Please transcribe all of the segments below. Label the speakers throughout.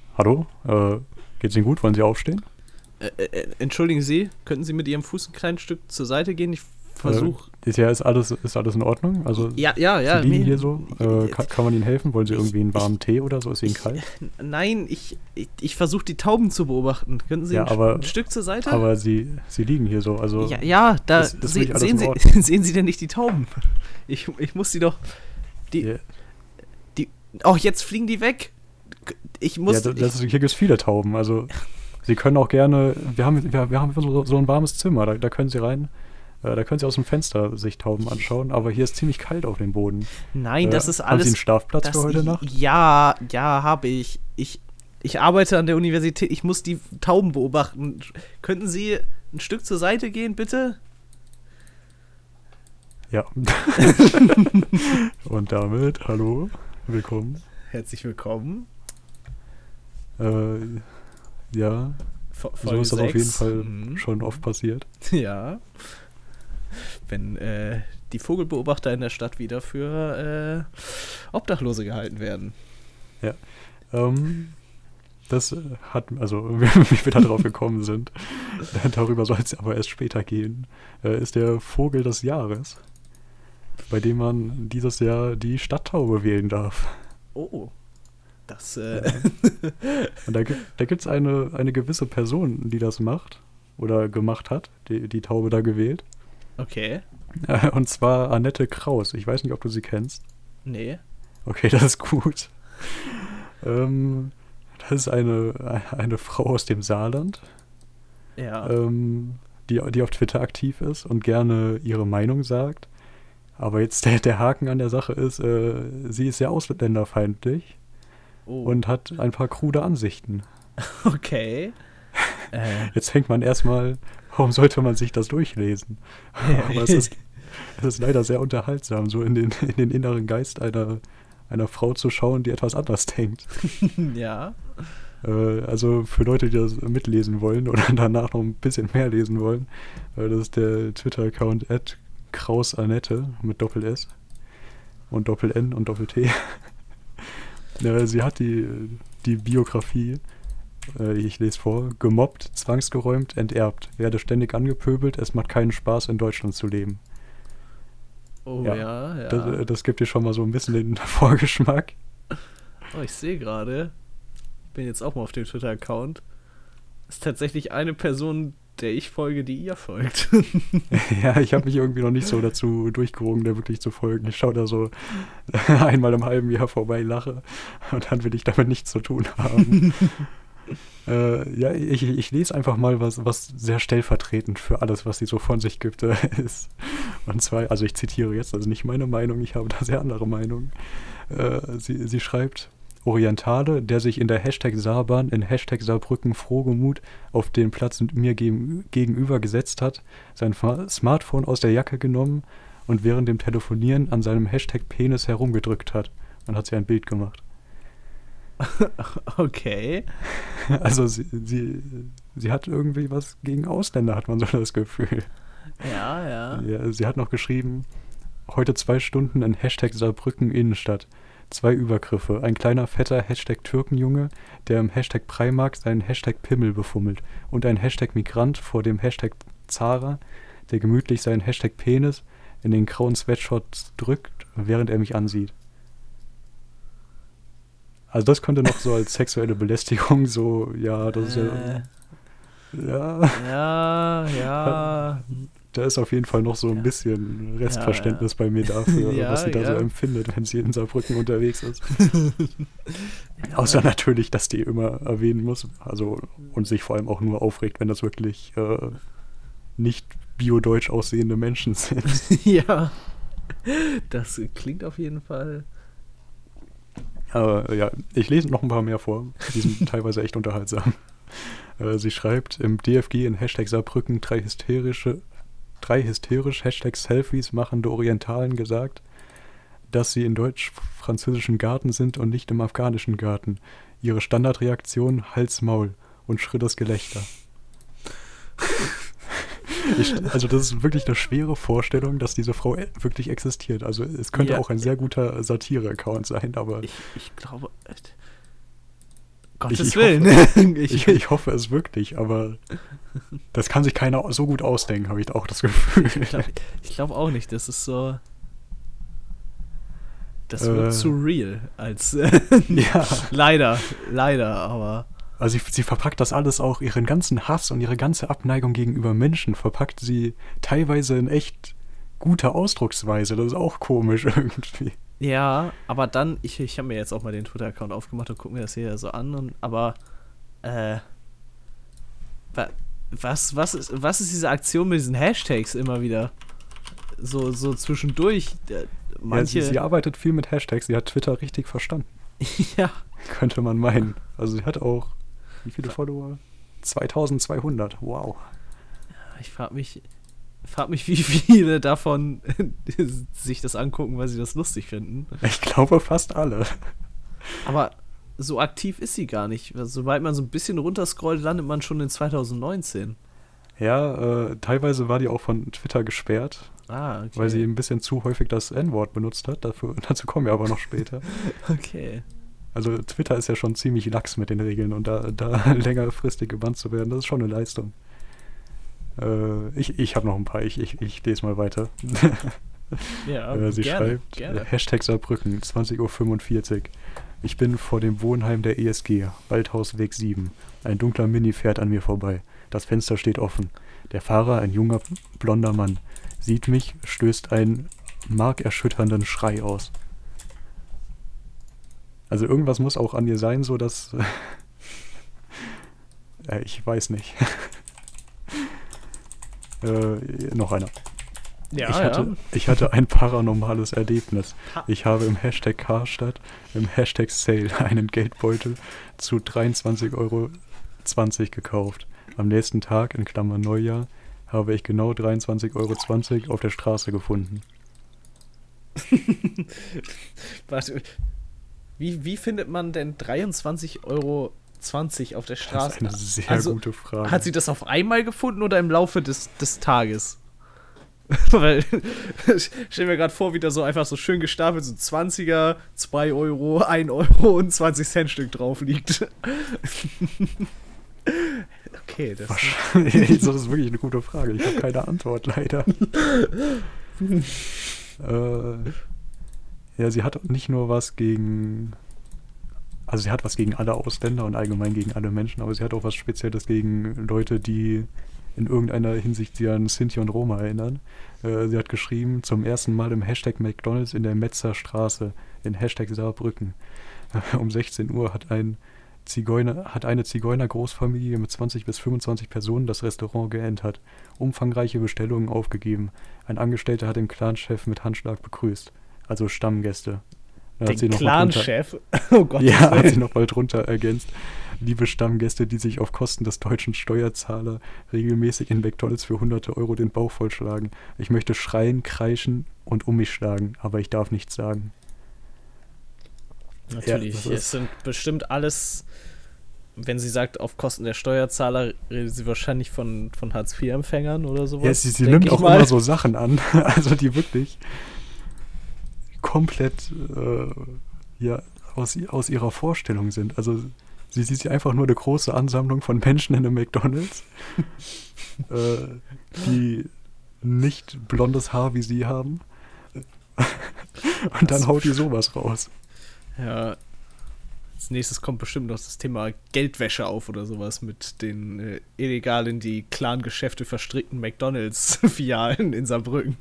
Speaker 1: Hallo? Geht's Ihnen gut? Wollen Sie aufstehen?
Speaker 2: Entschuldigen Sie, könnten Sie mit Ihrem Fuß ein kleines Stück zur Seite gehen? Ich versuche.
Speaker 1: Ist alles in Ordnung? Also,
Speaker 2: Ja, ja,
Speaker 1: Sie
Speaker 2: ja.
Speaker 1: liegen
Speaker 2: Nee,
Speaker 1: hier so. Kann man Ihnen helfen? Wollen Sie
Speaker 2: ich,
Speaker 1: irgendwie einen
Speaker 2: ich,
Speaker 1: warmen Tee oder so? Ist Ihnen kalt?
Speaker 2: nein, ich versuche die Tauben zu beobachten. Könnten Sie
Speaker 1: Ja,
Speaker 2: ein Stück zur Seite?
Speaker 1: aber Sie liegen hier so. Also,
Speaker 2: Ja, ja, da
Speaker 1: ist wirklich alles
Speaker 2: sehen
Speaker 1: in
Speaker 2: Sie,
Speaker 1: Ordnung?
Speaker 2: sehen Sie denn nicht die Tauben? Ich muss sie doch. Die,
Speaker 1: Ja,
Speaker 2: die. Oh, jetzt fliegen die weg. Ich muss.
Speaker 1: hier gibt es viele Tauben. Also, Sie können auch gerne. Wir haben so ein warmes Zimmer. Da können Sie rein. Da können Sie aus dem Fenster sich Tauben anschauen. Aber hier ist ziemlich kalt auf dem Boden.
Speaker 2: Nein, das ist
Speaker 1: Haben Sie
Speaker 2: alles.
Speaker 1: einen Schlafplatz für heute Nacht?
Speaker 2: Ja, ja, habe ich. Ich arbeite an der Universität. Ich muss die Tauben beobachten. Könnten Sie ein Stück zur Seite gehen, bitte?
Speaker 1: Ja. Und damit, hallo, willkommen.
Speaker 2: Herzlich willkommen.
Speaker 1: Äh, ja, so
Speaker 2: Folge
Speaker 1: ist das auf jeden
Speaker 2: 6.
Speaker 1: Fall schon oft passiert.
Speaker 2: Ja. Wenn die Vogelbeobachter in der Stadt wieder für Obdachlose gehalten werden.
Speaker 1: Ja. Das also wie wir da drauf gekommen sind, darüber soll es aber erst später gehen, ist der Vogel des Jahres, bei dem man dieses Jahr die Stadttaube wählen darf.
Speaker 2: Oh, das.
Speaker 1: Und da gibt es eine gewisse Person, die das macht oder gemacht hat, die Taube da gewählt.
Speaker 2: Okay.
Speaker 1: Und zwar Annette Kraus. Ich weiß nicht, ob du sie kennst.
Speaker 2: Nee.
Speaker 1: Okay, das ist gut. Das ist eine Frau aus dem Saarland,
Speaker 2: Ja.
Speaker 1: die auf Twitter aktiv ist und gerne ihre Meinung sagt. Aber jetzt der Haken an der Sache ist, sie ist sehr ausländerfeindlich und hat ein paar krude Ansichten.
Speaker 2: Okay.
Speaker 1: Jetzt denkt man erstmal, warum sollte man sich das durchlesen? Aber es ist leider sehr unterhaltsam, so in den inneren Geist einer Frau zu schauen, die etwas anders denkt.
Speaker 2: Ja.
Speaker 1: Also für Leute, die das mitlesen wollen oder danach noch ein bisschen mehr lesen wollen, das ist der Twitter-Account @krausannette mit Doppel-S und Doppel-N und Doppel-T. Sie hat die Biografie, ich lese vor: gemobbt, zwangsgeräumt, enterbt, werde ständig angepöbelt, es macht keinen Spaß, in Deutschland zu leben.
Speaker 2: Oh ja.
Speaker 1: Das gibt dir schon mal so ein bisschen den Vorgeschmack.
Speaker 2: Oh, ich sehe gerade. Bin jetzt auch mal auf dem Twitter-Account. Ist tatsächlich eine Person, der ich folge, die ihr folgt.
Speaker 1: Ja, ich habe mich irgendwie noch nicht so dazu durchgerungen, der wirklich zu folgen. Ich schaue da so einmal im halben Jahr vorbei, lache und dann will ich damit nichts zu tun haben. Ja, ich lese einfach mal, was sehr stellvertretend für alles, was sie so von sich gibt, ist. Und zwar, also ich zitiere jetzt, also nicht meine Meinung, ich habe da sehr andere Meinungen. Sie schreibt: Orientale, der sich in der Hashtag Saarbahn in Hashtag Saarbrücken frohgemut auf den Platz mir gegenüber gesetzt hat, sein Smartphone aus der Jacke genommen und während dem Telefonieren an seinem Hashtag Penis herumgedrückt hat. Man hat sie ein Bild gemacht.
Speaker 2: Okay.
Speaker 1: Also sie hat irgendwie was gegen Ausländer, hat man so das Gefühl.
Speaker 2: Ja.
Speaker 1: Ja, sie hat noch geschrieben: heute 2 Stunden in Hashtag Saarbrücken Innenstadt. 2 Übergriffe. Ein kleiner, fetter Hashtag Türkenjunge, der im Hashtag Primark seinen Hashtag Pimmel befummelt. Und ein Hashtag Migrant vor dem Hashtag Zara, der gemütlich seinen Hashtag Penis in den grauen Sweatshirts drückt, während er mich ansieht. Also das könnte noch so als sexuelle Belästigung so, ja, das ist
Speaker 2: Ja.
Speaker 1: Da ist auf jeden Fall noch so ein bisschen Restverständnis bei mir dafür, was sie da so empfindet, wenn sie in Saarbrücken unterwegs ist. Außer natürlich, dass die immer erwähnen muss, also und sich vor allem auch nur aufregt, wenn das wirklich nicht biodeutsch aussehende Menschen sind.
Speaker 2: Ja. Das klingt auf jeden Fall.
Speaker 1: Aber ja, ich lese noch ein paar mehr vor. Die sind teilweise echt unterhaltsam. Sie schreibt: im DFG in Hashtag Saarbrücken 3 hysterisch Hashtag Selfies machende Orientalen gesagt, dass sie in deutsch-französischen Garten sind und nicht im afghanischen Garten. Ihre Standardreaktion: Hals, Maul und schrilles Gelächter. Also das ist wirklich eine schwere Vorstellung, dass diese Frau wirklich existiert. Also es könnte auch ein sehr guter Satire-Account sein, aber...
Speaker 2: Ich glaube... Gottes Willen.
Speaker 1: Ich hoffe es wirklich, aber das kann sich keiner so gut ausdenken, habe ich auch das Gefühl.
Speaker 2: Ich glaube auch nicht, das ist so... Das wird zu real als...
Speaker 1: Ja.
Speaker 2: Leider, aber...
Speaker 1: Also sie verpackt das alles auch, ihren ganzen Hass und ihre ganze Abneigung gegenüber Menschen, verpackt sie teilweise in echt guter Ausdrucksweise. Das ist auch komisch irgendwie.
Speaker 2: Ja, aber dann, ich habe mir jetzt auch mal den Twitter-Account aufgemacht und gucke mir das hier so an, aber was ist diese Aktion mit diesen Hashtags immer wieder? So zwischendurch. Manche...
Speaker 1: Ja, sie arbeitet viel mit Hashtags, sie hat Twitter richtig verstanden.
Speaker 2: Ja.
Speaker 1: Könnte man meinen. Also sie hat auch, wie viele Follower? 2200, wow.
Speaker 2: Ich frage mich, wie viele davon sich das angucken, weil sie das lustig finden.
Speaker 1: Ich glaube fast alle.
Speaker 2: Aber so aktiv ist sie gar nicht. Sobald man so ein bisschen runterscrollt, landet man schon in 2019.
Speaker 1: Ja, teilweise war die auch von Twitter gesperrt,
Speaker 2: okay.
Speaker 1: Weil sie ein bisschen zu häufig das N-Wort benutzt hat. Dazu kommen wir aber noch später.
Speaker 2: Okay.
Speaker 1: Also Twitter ist ja schon ziemlich lax mit den Regeln und da längerfristig gebannt zu werden, das ist schon eine Leistung. Ich habe noch ein paar, ich lese mal weiter.
Speaker 2: Ja,
Speaker 1: sie
Speaker 2: gerne.
Speaker 1: schreibt, Hashtag Saarbrücken, 20:45 Uhr. Ich bin vor dem Wohnheim der ESG, Waldhausweg 7. Ein dunkler Mini fährt an mir vorbei. Das Fenster steht offen. Der Fahrer, ein junger, blonder Mann, sieht mich, stößt einen markerschütternden Schrei aus. Also irgendwas muss auch an ihr sein, so dass... ich weiß nicht. Noch einer.
Speaker 2: Ja,
Speaker 1: ich hatte ein paranormales Erlebnis. Ich habe im Hashtag Karstadt, im Hashtag Sale einen Geldbeutel zu 23,20 € gekauft. Am nächsten Tag, in Klammern Neujahr, habe ich genau 23,20 € auf der Straße gefunden.
Speaker 2: Warte, wie findet man denn 23,20 € auf der Straße?
Speaker 1: Das ist eine sehr gute Frage.
Speaker 2: Hat sie das auf einmal gefunden oder im Laufe des Tages? Weil, ich stelle mir gerade vor, wie da so einfach so schön gestapelt, so 20er, 2 €, 1 € und 20-Cent-Stück drauf liegt. Okay, das
Speaker 1: ist wirklich eine gute Frage. Ich habe keine Antwort, leider. Ja, sie hat nicht nur was gegen... Also sie hat was gegen alle Ausländer und allgemein gegen alle Menschen, aber sie hat auch was Spezielles gegen Leute, die in irgendeiner Hinsicht sie an Sinti und Roma erinnern. Sie hat geschrieben, zum ersten Mal im Hashtag McDonald's in der Metzer Straße, in Hashtag Saarbrücken. Um 16 Uhr hat eine Zigeuner-Großfamilie mit 20 bis 25 Personen das Restaurant geentert. Umfangreiche Bestellungen aufgegeben. Ein Angestellter hat den Clanchef mit Handschlag begrüßt. Also Stammgäste.
Speaker 2: Den Clan-Chef? Oh Gott.
Speaker 1: Ja, hat sie noch mal drunter ergänzt. Liebe Stammgäste, die sich auf Kosten des deutschen Steuerzahler regelmäßig in McDonald's für hunderte Euro den Bauch vollschlagen. Ich möchte schreien, kreischen und um mich schlagen, aber ich darf nichts sagen.
Speaker 2: Natürlich, ja, es sind bestimmt alles, wenn sie sagt, auf Kosten der Steuerzahler, redet sie wahrscheinlich von Hartz-IV-Empfängern oder sowas.
Speaker 1: Ja, sie nimmt auch immer so Sachen an, also die wirklich komplett aus ihrer Vorstellung sind. Also sie sieht einfach nur eine große Ansammlung von Menschen in einem McDonald's, die nicht blondes Haar wie sie haben. Und dann haut die sowas raus.
Speaker 2: Ja, als nächstes kommt bestimmt noch das Thema Geldwäsche auf oder sowas mit den illegal in die Clan-Geschäfte verstrickten McDonald's-Filialen in Saarbrücken.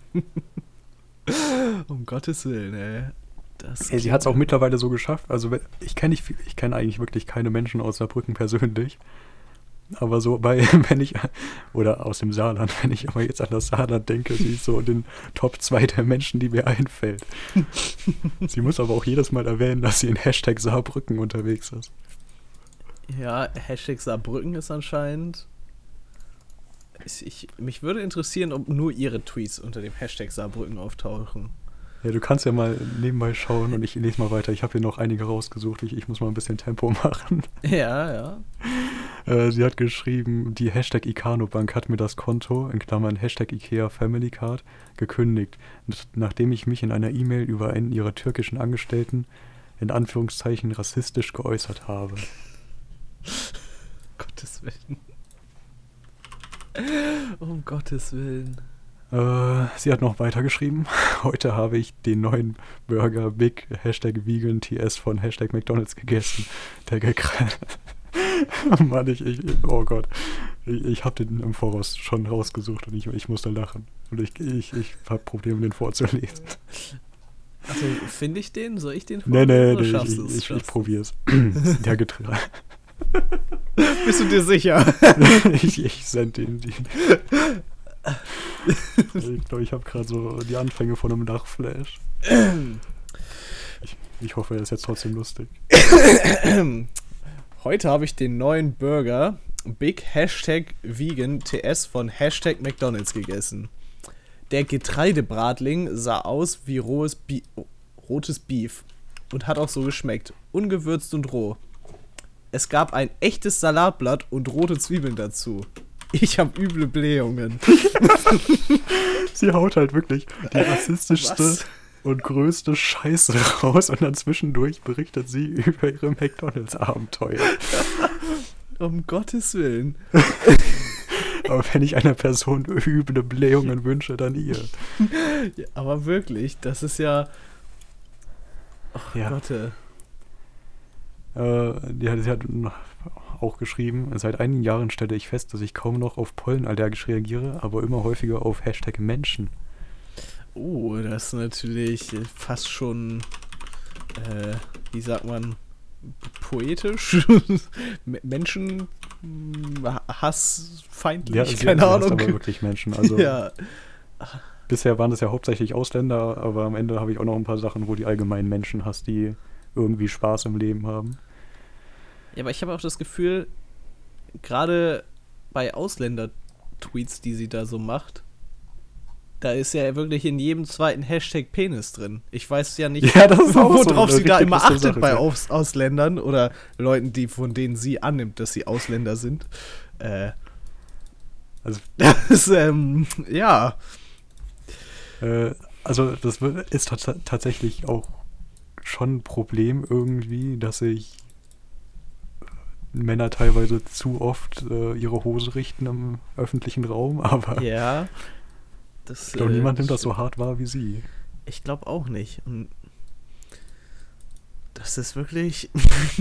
Speaker 2: Um Gottes Willen, ey.
Speaker 1: Sie hat es auch mittlerweile so geschafft. Also ich kenne eigentlich wirklich keine Menschen aus Saarbrücken persönlich. Aber so oder aus dem Saarland, wenn ich aber jetzt an das Saarland denke, sie ist so in den Top 2 der Menschen, die mir einfällt. Sie muss aber auch jedes Mal erwähnen, dass sie in Hashtag Saarbrücken unterwegs ist.
Speaker 2: Ja, Hashtag Saarbrücken ist anscheinend... Mich würde interessieren, ob nur ihre Tweets unter dem Hashtag Saarbrücken auftauchen.
Speaker 1: Ja, du kannst ja mal nebenbei schauen und ich lese mal weiter. Ich habe hier noch einige rausgesucht. Ich muss mal ein bisschen Tempo machen.
Speaker 2: Ja.
Speaker 1: Sie hat geschrieben, die Hashtag Ikano Bank hat mir das Konto, in Klammern Hashtag Ikea Family Card, gekündigt, nachdem ich mich in einer E-Mail über einen ihrer türkischen Angestellten in Anführungszeichen rassistisch geäußert habe.
Speaker 2: Gottes Willen. Um Gottes Willen.
Speaker 1: Sie hat noch weitergeschrieben. Heute habe ich den neuen Burger Big Vegan TS von #McDonald's gegessen. Der Mann, oh Gott. Ich habe den im Voraus schon rausgesucht und ich musste lachen. Und ich habe Probleme, den vorzulesen.
Speaker 2: Also, finde ich den? Soll ich den
Speaker 1: vorlesen? Nee, ich probiere es. Der Getränk.
Speaker 2: Bist du dir sicher?
Speaker 1: Ich sende ihn. Ich glaube, ich habe gerade so die Anfänge von einem Lachflash. Ich hoffe, er ist jetzt trotzdem lustig.
Speaker 2: Heute habe ich den neuen Burger Big Vegan TS von #McDonald's gegessen. Der Getreidebratling sah aus wie rotes Beef und hat auch so geschmeckt. Ungewürzt und roh. Es gab ein echtes Salatblatt und rote Zwiebeln dazu. Ich habe üble Blähungen.
Speaker 1: Sie haut halt wirklich die rassistischste und größte Scheiße raus und dann zwischendurch berichtet sie über ihre McDonalds-Abenteuer.
Speaker 2: Um Gottes Willen.
Speaker 1: Aber wenn ich einer Person üble Blähungen wünsche, dann ihr.
Speaker 2: Ja, aber wirklich, das ist ja... Oh
Speaker 1: ja.
Speaker 2: Gott.
Speaker 1: Sie hat auch geschrieben, seit einigen Jahren stelle ich fest, dass ich kaum noch auf Pollen allergisch reagiere, aber immer häufiger auf Menschen.
Speaker 2: Oh, das ist natürlich fast schon, wie sagt man, poetisch? Menschen hassfeindlich,
Speaker 1: ja,
Speaker 2: keine Ahnung.
Speaker 1: Aber wirklich Menschen, also
Speaker 2: ja.
Speaker 1: Bisher waren das ja hauptsächlich Ausländer, aber am Ende habe ich auch noch ein paar Sachen, wo die allgemeinen Menschen hasst, die irgendwie Spaß im Leben haben.
Speaker 2: Ja, aber ich habe auch das Gefühl, gerade bei Ausländer-Tweets, die sie da so macht, da ist ja wirklich in jedem zweiten Hashtag Penis drin. Ich weiß ja nicht,
Speaker 1: ja,
Speaker 2: worauf sie da immer achtet
Speaker 1: Sache,
Speaker 2: bei Ausländern oder Leuten, von denen sie annimmt, dass sie Ausländer sind.
Speaker 1: Also,
Speaker 2: das ist, ja.
Speaker 1: Also das ist tatsächlich auch schon ein Problem irgendwie, dass sich Männer teilweise zu oft ihre Hose richten im öffentlichen Raum, aber
Speaker 2: ja,
Speaker 1: ich glaube, niemand nimmt das so hart wahr wie sie.
Speaker 2: Ich glaube auch nicht. Und das ist wirklich...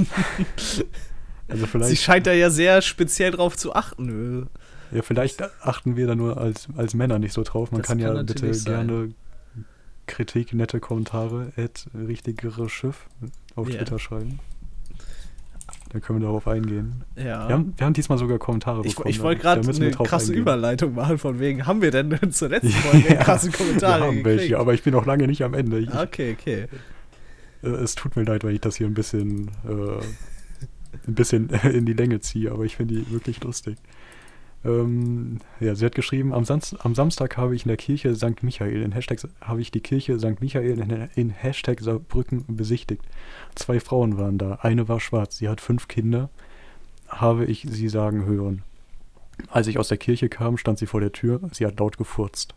Speaker 1: Also vielleicht,
Speaker 2: sie scheint da ja sehr speziell drauf zu achten.
Speaker 1: Ja, vielleicht achten wir da nur als Männer nicht so drauf. Man kann ja bitte gerne Kritik, nette Kommentare, richtigere Schiff auf Twitter schreiben. Dann können wir darauf eingehen.
Speaker 2: Ja.
Speaker 1: Wir haben diesmal sogar Kommentare bekommen.
Speaker 2: Ich wollte gerade eine krasse Überleitung machen, von wegen, haben wir denn zur letzten Folge krasse Kommentare
Speaker 1: wir haben welche, aber ich bin noch lange nicht am Ende.
Speaker 2: Okay.
Speaker 1: Es tut mir leid, weil ich das hier ein bisschen in die Länge ziehe, aber ich finde die wirklich lustig. Ja, sie hat geschrieben, am Samstag habe ich in der Kirche St. Michael habe ich die Kirche St. Michael in Saarbrücken besichtigt. 2 Frauen waren da, eine war schwarz, sie hat 5 Kinder, habe ich sie sagen hören. Als ich aus der Kirche kam, stand sie vor der Tür, sie hat laut gefurzt.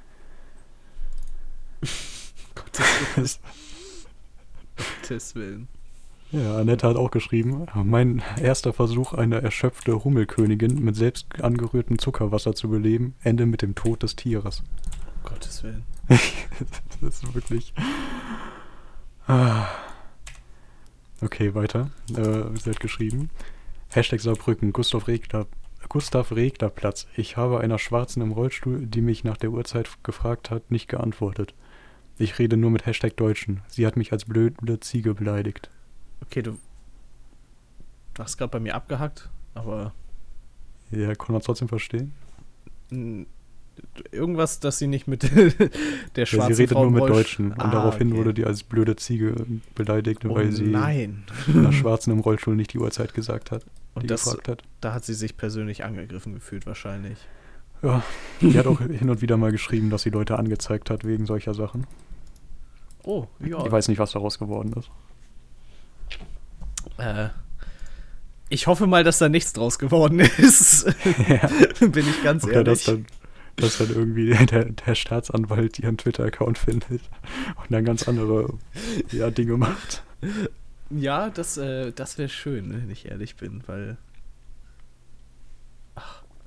Speaker 2: Gottes Willen.
Speaker 1: Ja, Annette hat auch geschrieben, mein erster Versuch, eine erschöpfte Hummelkönigin mit selbst angerührtem Zuckerwasser zu beleben, endet mit dem Tod des Tieres.
Speaker 2: Gottes Willen.
Speaker 1: Das ist wirklich... Okay, weiter. Sie hat geschrieben, #Saarbrücken, Gustav Regler Platz. Ich habe einer Schwarzen im Rollstuhl, die mich nach der Uhrzeit gefragt hat, nicht geantwortet. Ich rede nur mit #Deutschen. Sie hat mich als blöde Ziege beleidigt.
Speaker 2: Okay, du hast gerade bei mir abgehackt, aber...
Speaker 1: Ja, kann man trotzdem verstehen?
Speaker 2: Irgendwas, dass sie nicht mit der schwarzen
Speaker 1: ja, sie redet
Speaker 2: Frau
Speaker 1: nur mit Deutschen. Und daraufhin
Speaker 2: okay.
Speaker 1: wurde die als blöde Ziege beleidigt, weil sie einer Schwarzen im Rollstuhl nicht die Uhrzeit gesagt hat,
Speaker 2: und
Speaker 1: gefragt hat.
Speaker 2: Da hat sie sich persönlich angegriffen gefühlt wahrscheinlich.
Speaker 1: Ja, die hat auch hin und wieder mal geschrieben, dass sie Leute angezeigt hat wegen solcher Sachen.
Speaker 2: Oh, ja.
Speaker 1: Ich weiß nicht, was daraus geworden ist.
Speaker 2: Ich hoffe mal, dass da nichts draus geworden ist. Ja. Bin ich ganz ehrlich.
Speaker 1: Dass dann irgendwie der Staatsanwalt ihren Twitter-Account findet und dann ganz andere Dinge macht.
Speaker 2: Ja, das wäre schön, wenn ich ehrlich bin, weil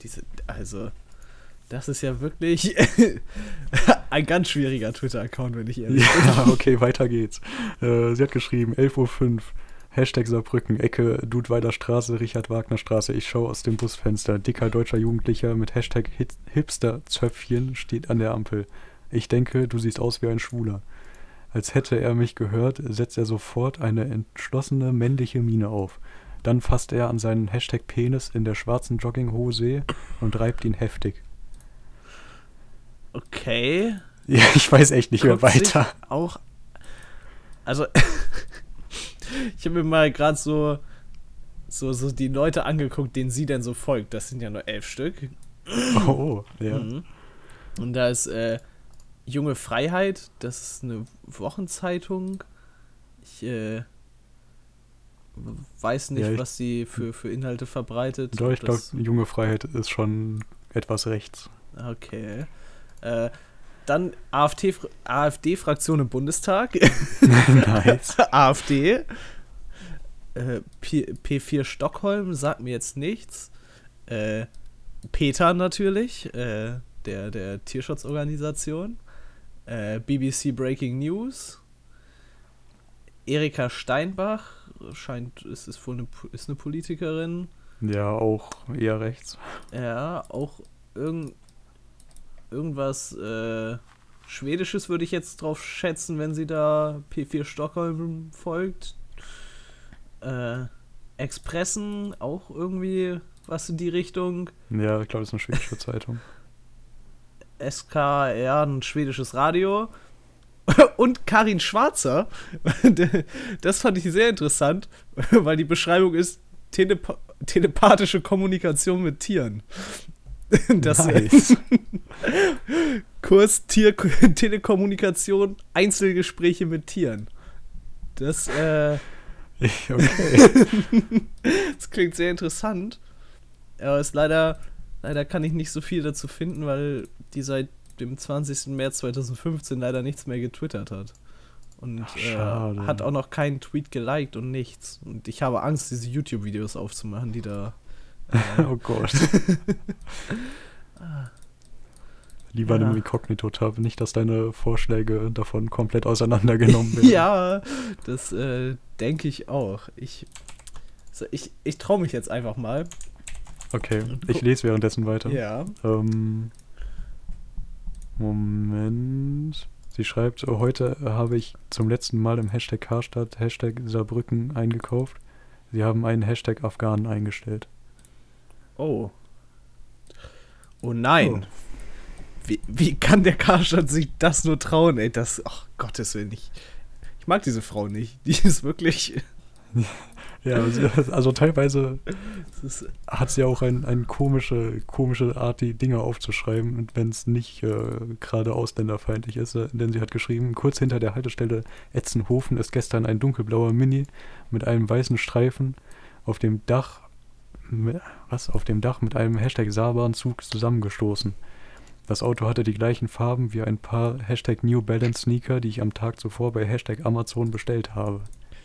Speaker 2: Also, das ist ja wirklich ein ganz schwieriger Twitter-Account, wenn ich ehrlich bin.
Speaker 1: Ja, okay, weiter geht's. Sie hat geschrieben, 11:05 Uhr, Hashtag Saarbrücken, Ecke Dudweiler Straße, Richard Wagner Straße. Ich schaue aus dem Busfenster. Dicker deutscher Jugendlicher mit Hashtag Hipsterzöpfchen steht an der Ampel. Ich denke, du siehst aus wie ein Schwuler. Als hätte er mich gehört, setzt er sofort eine entschlossene männliche Miene auf. Dann fasst er an seinen Hashtag Penis in der schwarzen Jogginghose und reibt ihn heftig.
Speaker 2: Okay.
Speaker 1: Ja, ich weiß echt nicht mehr weiter.
Speaker 2: Auch. Also, ich habe mir mal gerade so die Leute angeguckt, denen sie denn so folgt. Das sind ja nur 11 Stück.
Speaker 1: Oh, ja.
Speaker 2: Mhm. Und da ist Junge Freiheit, das ist eine Wochenzeitung. Ich weiß nicht,
Speaker 1: Ja,
Speaker 2: was sie für Inhalte verbreitet.
Speaker 1: Doch, ich glaube, Junge Freiheit ist schon etwas rechts.
Speaker 2: Okay. Dann AfD-Fraktion im Bundestag.
Speaker 1: Nice.
Speaker 2: AfD. P4 Stockholm sagt mir jetzt nichts. Peter natürlich, der Tierschutzorganisation. BBC Breaking News. Erika Steinbach ist wohl eine Politikerin.
Speaker 1: Ja, auch eher rechts.
Speaker 2: Ja, auch irgendwas Schwedisches würde ich jetzt drauf schätzen, wenn sie da P4 Stockholm folgt. Expressen, auch irgendwie was in die Richtung.
Speaker 1: Ja, ich glaube, das ist eine schwedische Zeitung.
Speaker 2: SKR, ein schwedisches Radio. Und Karin Schwarzer. Das fand ich sehr interessant, weil die Beschreibung ist telepathische Kommunikation mit Tieren. Das
Speaker 1: nice.
Speaker 2: Kurs Telekommunikation, Einzelgespräche mit Tieren. Das,
Speaker 1: okay.
Speaker 2: Das klingt sehr interessant. Aber ist leider kann ich nicht so viel dazu finden, weil die seit dem 20. März 2015 leider nichts mehr getwittert hat. Und hat auch noch keinen Tweet geliked und nichts. Und ich habe Angst, diese YouTube-Videos aufzumachen, die da
Speaker 1: oh Gott. Lieber einem Inkognito-Tab, nicht, dass deine Vorschläge davon komplett auseinandergenommen werden.
Speaker 2: Ja, das denke ich auch. Ich traue mich jetzt einfach mal.
Speaker 1: Okay, ich lese währenddessen weiter.
Speaker 2: Ja.
Speaker 1: Moment. Sie schreibt, heute habe ich zum letzten Mal im Hashtag Karstadt, Hashtag Saarbrücken eingekauft. Sie haben einen Hashtag Afghanen eingestellt.
Speaker 2: Oh. Oh nein. Oh. Wie kann der Karstadt sich das nur trauen, ey? Ach, Gottes Willen, ich mag diese Frau nicht. Die ist wirklich...
Speaker 1: Ja, also teilweise hat sie auch eine komische Art, die Dinge aufzuschreiben, und wenn es nicht gerade ausländerfeindlich ist, denn sie hat geschrieben, kurz hinter der Haltestelle Etzenhofen ist gestern ein dunkelblauer Mini mit einem weißen Streifen auf dem Dach mit einem Hashtag Saarbahnzug zusammengestoßen. Das Auto hatte die gleichen Farben wie ein paar Hashtag New Balance Sneaker, die ich am Tag zuvor bei Hashtag Amazon bestellt habe.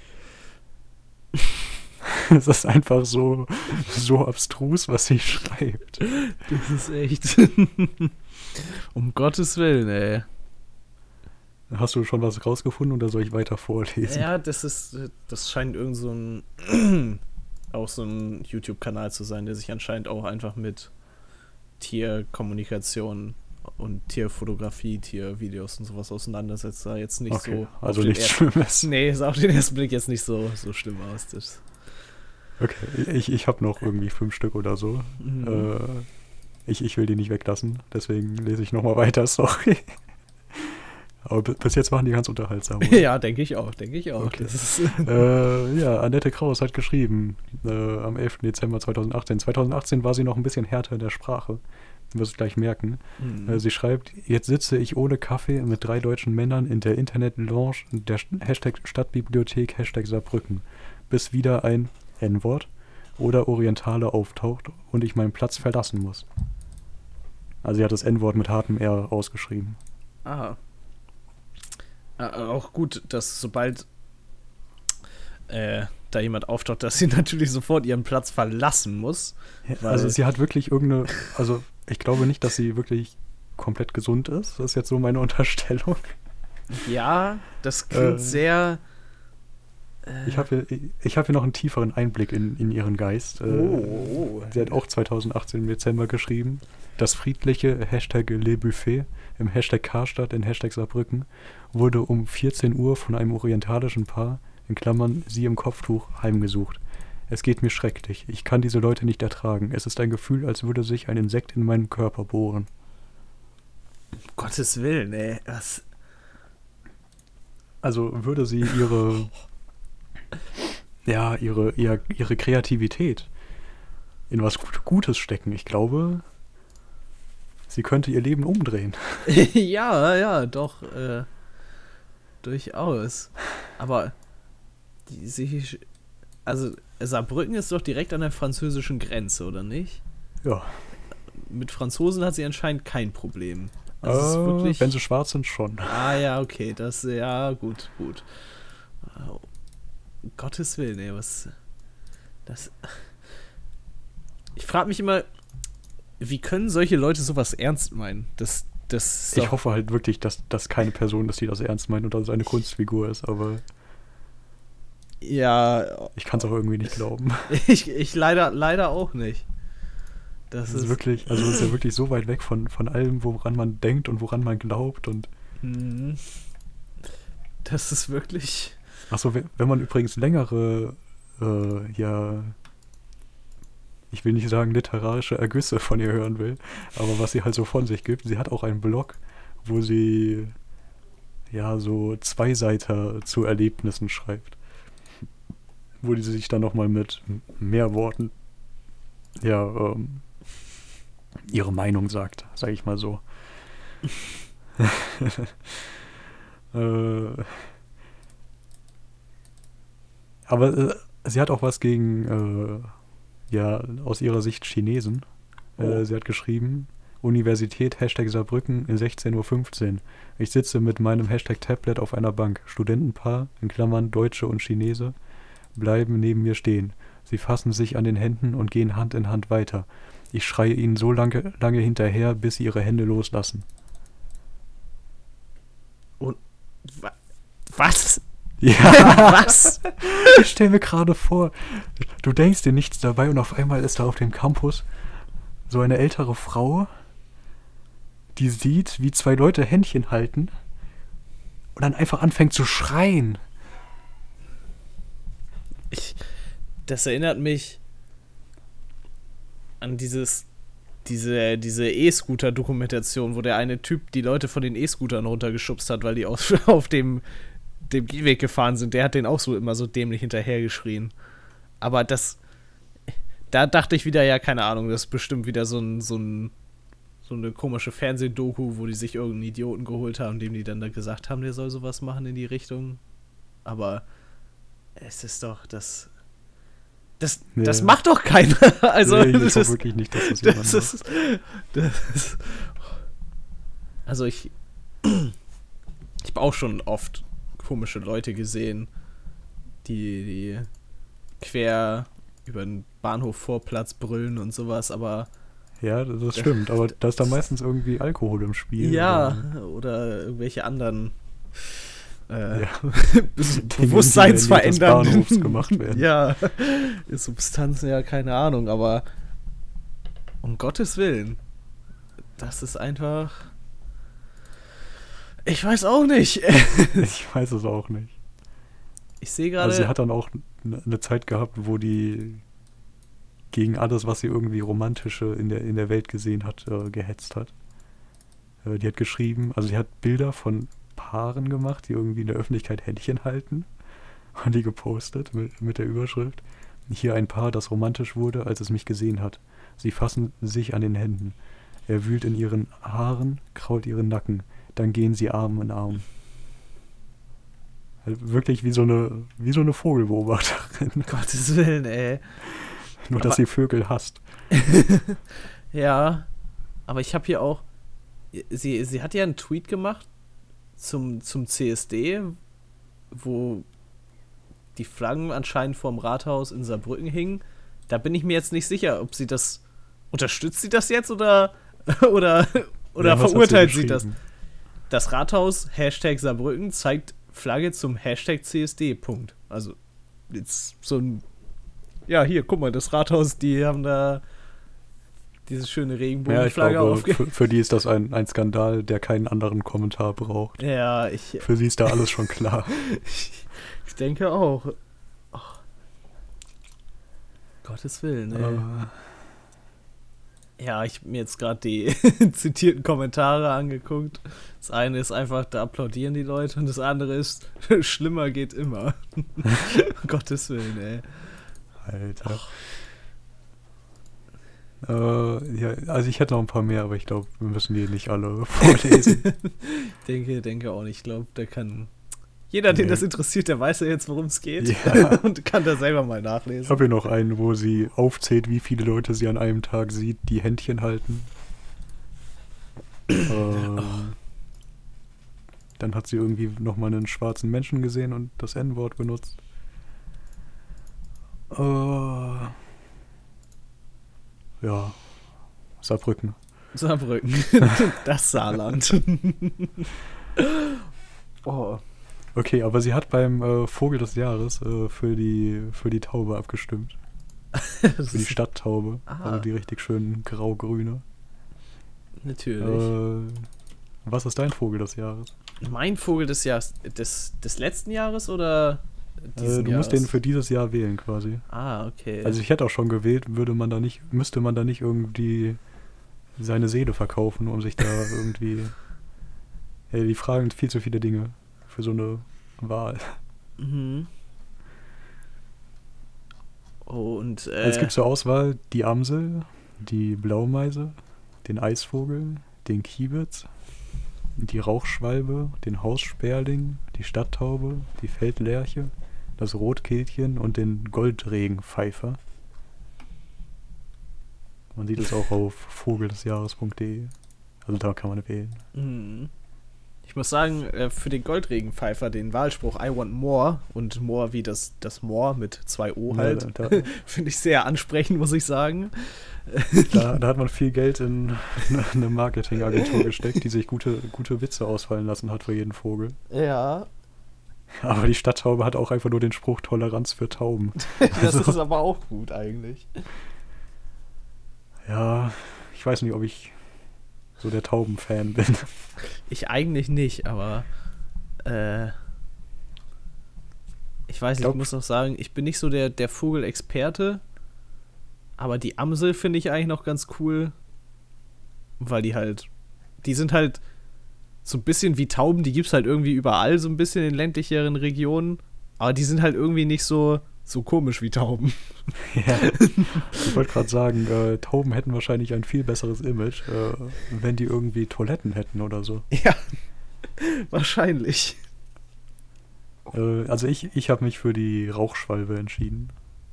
Speaker 1: Es ist einfach so abstrus, was sie schreibt.
Speaker 2: Das ist echt... Um Gottes Willen, ey.
Speaker 1: Hast du schon was rausgefunden oder soll ich weiter vorlesen?
Speaker 2: Ja, das scheint irgend so ein YouTube-Kanal zu sein, der sich anscheinend auch einfach mit Tierkommunikation und Tierfotografie, Tiervideos und sowas auseinandersetzt. Da jetzt nicht so...
Speaker 1: Also nichts Schlimmes.
Speaker 2: Nee, sah auf den ersten Blick jetzt nicht so schlimm aus. Das.
Speaker 1: Okay, ich habe noch irgendwie 5 Stück oder so. Mhm. Ich will die nicht weglassen, deswegen lese ich nochmal weiter, sorry. Aber bis jetzt waren die ganz unterhaltsam. Oder?
Speaker 2: Ja, denke ich auch.
Speaker 1: Okay. Ja, Annette Kraus hat geschrieben, am 11. Dezember 2018. 2018 war sie noch ein bisschen härter in der Sprache. Du wirst es gleich merken. Mhm. Sie schreibt, jetzt sitze ich ohne Kaffee mit 3 deutschen Männern in der Internet-Lounge der Hashtag Stadtbibliothek, Hashtag Saarbrücken, bis wieder ein N-Wort oder Orientale auftaucht und ich meinen Platz verlassen muss. Also sie hat das N-Wort mit hartem R ausgeschrieben.
Speaker 2: Aha. Auch gut, dass sobald da jemand auftaucht, dass sie natürlich sofort ihren Platz verlassen muss.
Speaker 1: Also sie hat wirklich also ich glaube nicht, dass sie wirklich komplett gesund ist. Das ist jetzt so meine Unterstellung.
Speaker 2: Ja, das klingt sehr...
Speaker 1: Ich habe hier noch einen tieferen Einblick in ihren Geist. Sie hat auch 2018 im Dezember geschrieben, das friedliche Hashtag Le Buffet im Hashtag Karstadt in Hashtag Saarbrücken wurde um 14 Uhr von einem orientalischen Paar, in Klammern sie im Kopftuch, heimgesucht. Es geht mir schrecklich. Ich kann diese Leute nicht ertragen. Es ist ein Gefühl, als würde sich ein Insekt in meinen Körper bohren.
Speaker 2: Um Gottes Willen, ey. Was?
Speaker 1: Also würde sie ihre Kreativität in was Gutes stecken. Ich glaube, sie könnte ihr Leben umdrehen.
Speaker 2: Ja, doch. Durchaus. Aber also Saarbrücken ist doch direkt an der französischen Grenze, oder nicht?
Speaker 1: Ja.
Speaker 2: Mit Franzosen hat sie anscheinend kein Problem. Also es ist wirklich,
Speaker 1: wenn sie schwarz sind, schon.
Speaker 2: Ah ja, okay, gut. Um Gottes Willen, ey, ich frage mich immer, wie können solche Leute sowas ernst meinen?
Speaker 1: Ich hoffe halt wirklich, dass keine Person, dass die das ernst meint und dass es eine Kunstfigur ist, aber
Speaker 2: ja,
Speaker 1: ich kann es auch irgendwie nicht glauben.
Speaker 2: Ich leider auch nicht. Das ist
Speaker 1: wirklich, also es ist ja wirklich so weit weg von allem, woran man denkt und woran man glaubt und
Speaker 2: das ist wirklich...
Speaker 1: Achso, wenn man übrigens längere, ich will nicht sagen literarische Ergüsse von ihr hören will, aber was sie halt so von sich gibt, sie hat auch einen Blog, wo sie so Zweiseiter zu Erlebnissen schreibt. Wo die sich dann nochmal mit mehr Worten ihre Meinung sagt, sage ich mal so. Aber sie hat auch was gegen, aus ihrer Sicht Chinesen. Sie hat geschrieben, Universität, Hashtag Saarbrücken, 16:15 Uhr. Ich sitze mit meinem Hashtag Tablet auf einer Bank. Studentenpaar, in Klammern Deutsche und Chinese, bleiben neben mir stehen. Sie fassen sich an den Händen und gehen Hand in Hand weiter. Ich schreie ihnen so lange hinterher, bis sie ihre Hände loslassen.
Speaker 2: Und was?
Speaker 1: Ja, was? Ich stell mir gerade vor, du denkst dir nichts dabei und auf einmal ist da auf dem Campus so eine ältere Frau, die sieht, wie zwei Leute Händchen halten und dann einfach anfängt zu schreien.
Speaker 2: Das erinnert mich an diese E-Scooter-Dokumentation, wo der eine Typ die Leute von den E-Scootern runtergeschubst hat, weil die auf dem Gehweg gefahren sind. Der hat den auch so immer so dämlich hinterhergeschrien. Aber da dachte ich wieder, ja, keine Ahnung, das ist bestimmt wieder so eine komische Fernsehdoku, wo die sich irgendeinen Idioten geholt haben, dem die dann da gesagt haben, der soll sowas machen in die Richtung. Aber es ist doch, das macht doch keiner. Also,
Speaker 1: nee, ich hoffe wirklich nicht, dass das jemand macht.
Speaker 2: Also ich habe auch schon oft komische Leute gesehen, die quer über den Bahnhof-Vorplatz brüllen und sowas, aber...
Speaker 1: Ja, das stimmt, aber da ist dann meistens irgendwie Alkohol im Spiel.
Speaker 2: Ja, oder irgendwelche anderen bewusstseinsverändernden
Speaker 1: gemacht werden.
Speaker 2: Ja, Substanzen, ja, keine Ahnung, aber um Gottes Willen, das ist einfach... Ich weiß auch nicht.
Speaker 1: Ich weiß es auch nicht.
Speaker 2: Ich sehe gerade...
Speaker 1: Also sie hat dann auch eine Zeit gehabt, wo die gegen alles, was sie irgendwie Romantische in der Welt gesehen hat, gehetzt hat. Die hat geschrieben, also sie hat Bilder von Paaren gemacht, die irgendwie in der Öffentlichkeit Händchen halten und die gepostet mit der Überschrift: Hier ein Paar, das romantisch wurde, als es mich gesehen hat. Sie fassen sich an den Händen. Er wühlt in ihren Haaren, krault ihren Nacken. Dann gehen sie Arm in Arm. Halt wirklich wie so eine Vogelbeobachterin.
Speaker 2: Gottes Willen, ey.
Speaker 1: Nur, dass sie Vögel hasst.
Speaker 2: Ja, aber ich habe hier auch... Sie hat ja einen Tweet gemacht zum CSD, wo die Flaggen anscheinend vorm Rathaus in Saarbrücken hingen. Da bin ich mir jetzt nicht sicher, ob sie das, unterstützt sie das jetzt oder verurteilt sie das? Das Rathaus, Hashtag Saarbrücken, zeigt Flagge zum Hashtag CSD, Punkt. Also, jetzt so ein, ja, hier, guck mal, das Rathaus, die haben da diese schöne Regenbogenflagge aufgehängt.
Speaker 1: Für die ist das ein Skandal, der keinen anderen Kommentar braucht.
Speaker 2: Ja,
Speaker 1: für sie ist da alles schon klar.
Speaker 2: Ich denke auch. Oh. Gottes Willen, ey. Ja, ich habe mir jetzt gerade die zitierten Kommentare angeguckt. Das eine ist einfach, da applaudieren die Leute und das andere ist, schlimmer geht immer. Gottes Willen, ey.
Speaker 1: Alter. Ja, also ich hätte noch ein paar mehr, aber ich glaube, wir müssen die nicht alle vorlesen.
Speaker 2: denke auch nicht. Ich glaube, da kann jeder, den das interessiert, der weiß ja jetzt, worum es geht.
Speaker 1: Ja.
Speaker 2: Und kann da selber mal nachlesen.
Speaker 1: Ich habe hier noch einen, wo sie aufzählt, wie viele Leute sie an einem Tag sieht, die Händchen halten. Dann hat sie irgendwie nochmal einen schwarzen Menschen gesehen und das N-Wort benutzt. Ja, Saarbrücken.
Speaker 2: Das Saarland. Oh.
Speaker 1: Okay, aber sie hat beim Vogel des Jahres für die Taube abgestimmt. Für die Stadttaube. Also die richtig schön grau-grüne.
Speaker 2: Natürlich.
Speaker 1: Was ist dein Vogel des Jahres?
Speaker 2: Mein Vogel des Jahres, des letzten Jahres oder diesen
Speaker 1: du musst den für dieses Jahr wählen quasi.
Speaker 2: Okay.
Speaker 1: Also ich hätte auch schon gewählt, müsste man da nicht irgendwie seine Seele verkaufen, um sich da irgendwie... Ja, die fragen viel zu viele Dinge für so eine Wahl.
Speaker 2: Mhm. Und
Speaker 1: es gibt zur Auswahl die Amsel, die Blaumeise, den Eisvogel, den Kiebitz, die Rauchschwalbe, den Haussperling, die Stadttaube, die Feldlerche, das Rotkehlchen und den Goldregenpfeifer. Man sieht es auch auf vogeldesjahres.de. Also da kann man wählen.
Speaker 2: Mhm. Ich muss sagen, für den Goldregenpfeifer, den Wahlspruch I want more und more wie das More mit 2 O halt, finde ich sehr ansprechend, muss ich sagen.
Speaker 1: Da hat man viel Geld in eine Marketingagentur gesteckt, die sich gute Witze ausfallen lassen hat für jeden Vogel.
Speaker 2: Ja.
Speaker 1: Aber die Stadttaube hat auch einfach nur den Spruch Toleranz für Tauben.
Speaker 2: Das ist aber auch gut eigentlich.
Speaker 1: Ja, ich weiß nicht, ob ich so der Taubenfan bin.
Speaker 2: Ich eigentlich nicht, aber ich weiß nicht, ich muss noch sagen, ich bin nicht so der Vogelexperte, aber die Amsel finde ich eigentlich noch ganz cool, weil die sind halt so ein bisschen wie Tauben, die gibt's halt irgendwie überall so ein bisschen in ländlicheren Regionen, aber die sind halt irgendwie nicht so komisch wie Tauben.
Speaker 1: Ja, ich wollte gerade sagen, Tauben hätten wahrscheinlich ein viel besseres Image, wenn die irgendwie Toiletten hätten oder so.
Speaker 2: Ja, wahrscheinlich.
Speaker 1: Also ich habe mich für die Rauchschwalbe entschieden.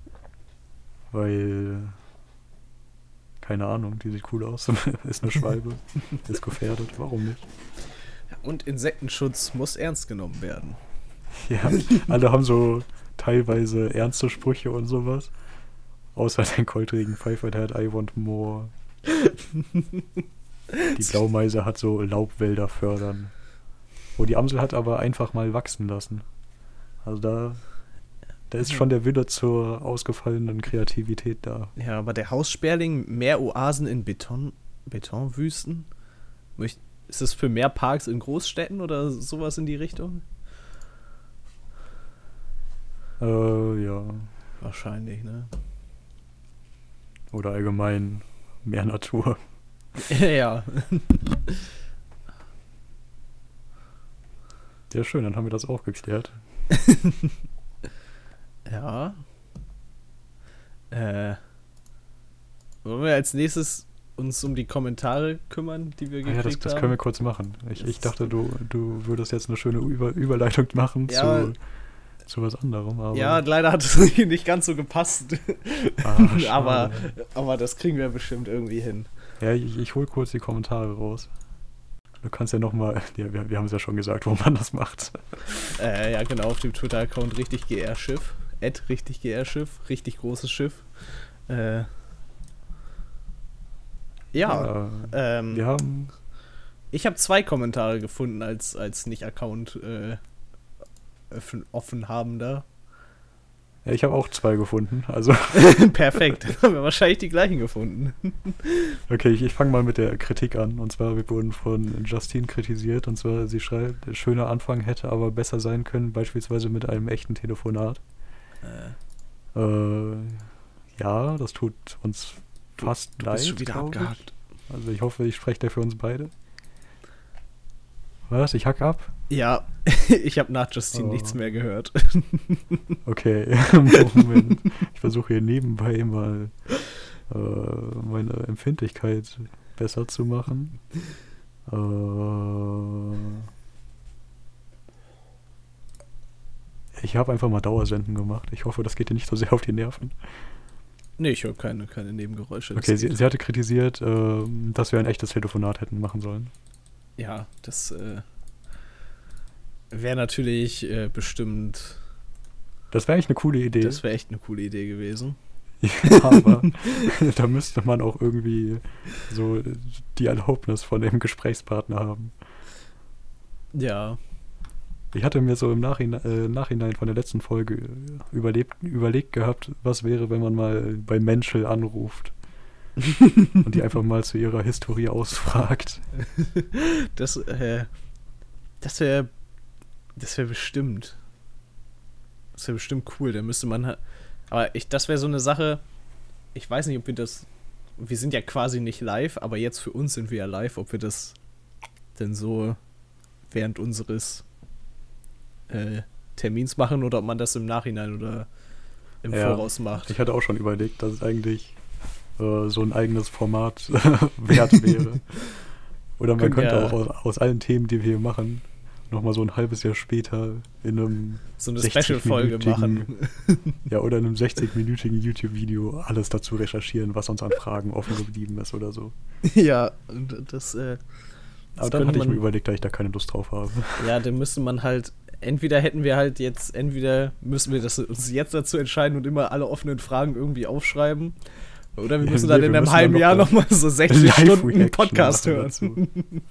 Speaker 1: Weil, keine Ahnung, die sieht cool aus. Ist eine Schwalbe. Ist gefährdet, warum nicht?
Speaker 2: Und Insektenschutz muss ernst genommen werden.
Speaker 1: Ja, alle haben so teilweise ernste Sprüche und sowas. Außer den Goldregenpfeifer, der hat I want more. Die Blaumeise hat so Laubwälder fördern. Die Amsel hat aber einfach mal wachsen lassen. Also da ist schon der Wille zur ausgefallenen Kreativität da.
Speaker 2: Ja, aber der Haussperling, mehr Oasen in Betonwüsten? Ist das für mehr Parks in Großstädten oder sowas in die Richtung?
Speaker 1: Ja.
Speaker 2: Wahrscheinlich, ne?
Speaker 1: Oder allgemein mehr Natur.
Speaker 2: Ja.
Speaker 1: Sehr schön, dann haben wir das auch geklärt.
Speaker 2: Ja. Wollen wir als nächstes uns um die Kommentare kümmern, die wir gekriegt haben?
Speaker 1: Das können wir kurz machen. Ich dachte, du würdest jetzt eine schöne Überleitung machen zu was anderem. Aber
Speaker 2: ja, leider hat es nicht ganz so gepasst. aber das kriegen wir bestimmt irgendwie hin.
Speaker 1: Ja, ich hol kurz die Kommentare raus. Du kannst ja nochmal, ja, wir haben es ja schon gesagt, wo man das macht.
Speaker 2: Ja, genau, auf dem Twitter-Account richtig GR-Schiff. Richtig GR-Schiff, richtig großes Schiff. Wir haben... Ich habe 2 Kommentare gefunden als Nicht-Account offen habender.
Speaker 1: Ja, ich habe auch 2 gefunden, also...
Speaker 2: Perfekt, dann haben wir wahrscheinlich die gleichen gefunden.
Speaker 1: Okay, ich fange mal mit der Kritik an. Und zwar, wir wurden von Justine kritisiert. Und zwar, sie schreibt, der schöne Anfang hätte aber besser sein können, beispielsweise mit einem echten Telefonat. Ja, das tut uns fast leid.
Speaker 2: Du bist schon wieder abgehakt.
Speaker 1: Also ich hoffe, ich spreche da für uns beide. Was? Ich hack ab?
Speaker 2: Ja, ich habe nach Justine nichts mehr gehört.
Speaker 1: Okay, Moment. Ich versuche hier nebenbei mal meine Empfindlichkeit besser zu machen. Ich habe einfach mal Dauersenden gemacht. Ich hoffe, das geht dir nicht so sehr auf die Nerven.
Speaker 2: Nee, ich höre keine Nebengeräusche.
Speaker 1: Okay, sie hatte kritisiert, dass wir ein echtes Telefonat hätten machen sollen.
Speaker 2: Ja, das wäre natürlich bestimmt...
Speaker 1: Das wäre eigentlich eine coole Idee.
Speaker 2: Das wäre echt eine coole Idee gewesen.
Speaker 1: Ja, aber da müsste man auch irgendwie so die Erlaubnis von dem Gesprächspartner haben.
Speaker 2: Ja.
Speaker 1: Ich hatte mir so im Nachhinein von der letzten Folge überlegt gehabt, was wäre, wenn man mal bei Menschel anruft und die einfach mal zu ihrer Historie ausfragt.
Speaker 2: Das wäre bestimmt. Das wäre bestimmt cool. Da müsste man aber das wäre so eine Sache, ich weiß nicht, ob wir sind ja quasi nicht live, aber jetzt für uns sind wir ja live, ob wir das denn so während unseres Termins machen oder ob man das im Nachhinein oder im Voraus macht.
Speaker 1: Ich hatte auch schon überlegt, dass es eigentlich so ein eigenes Format wert wäre. Oder man könnte auch aus allen Themen, die wir hier machen, nochmal so ein halbes Jahr später in einem
Speaker 2: so eine Special-Folge machen.
Speaker 1: Ja, oder in einem 60-minütigen YouTube-Video alles dazu recherchieren, was uns an Fragen offen geblieben ist oder so.
Speaker 2: Ja, das
Speaker 1: aber dann hatte ich mir überlegt, dass ich da keine Lust drauf habe.
Speaker 2: Ja, dann müsste man halt, entweder müssen wir uns jetzt dazu entscheiden und immer alle offenen Fragen irgendwie aufschreiben. Oder wir müssen dann in einem halben Jahr nochmal so 60 Stunden Podcast hören.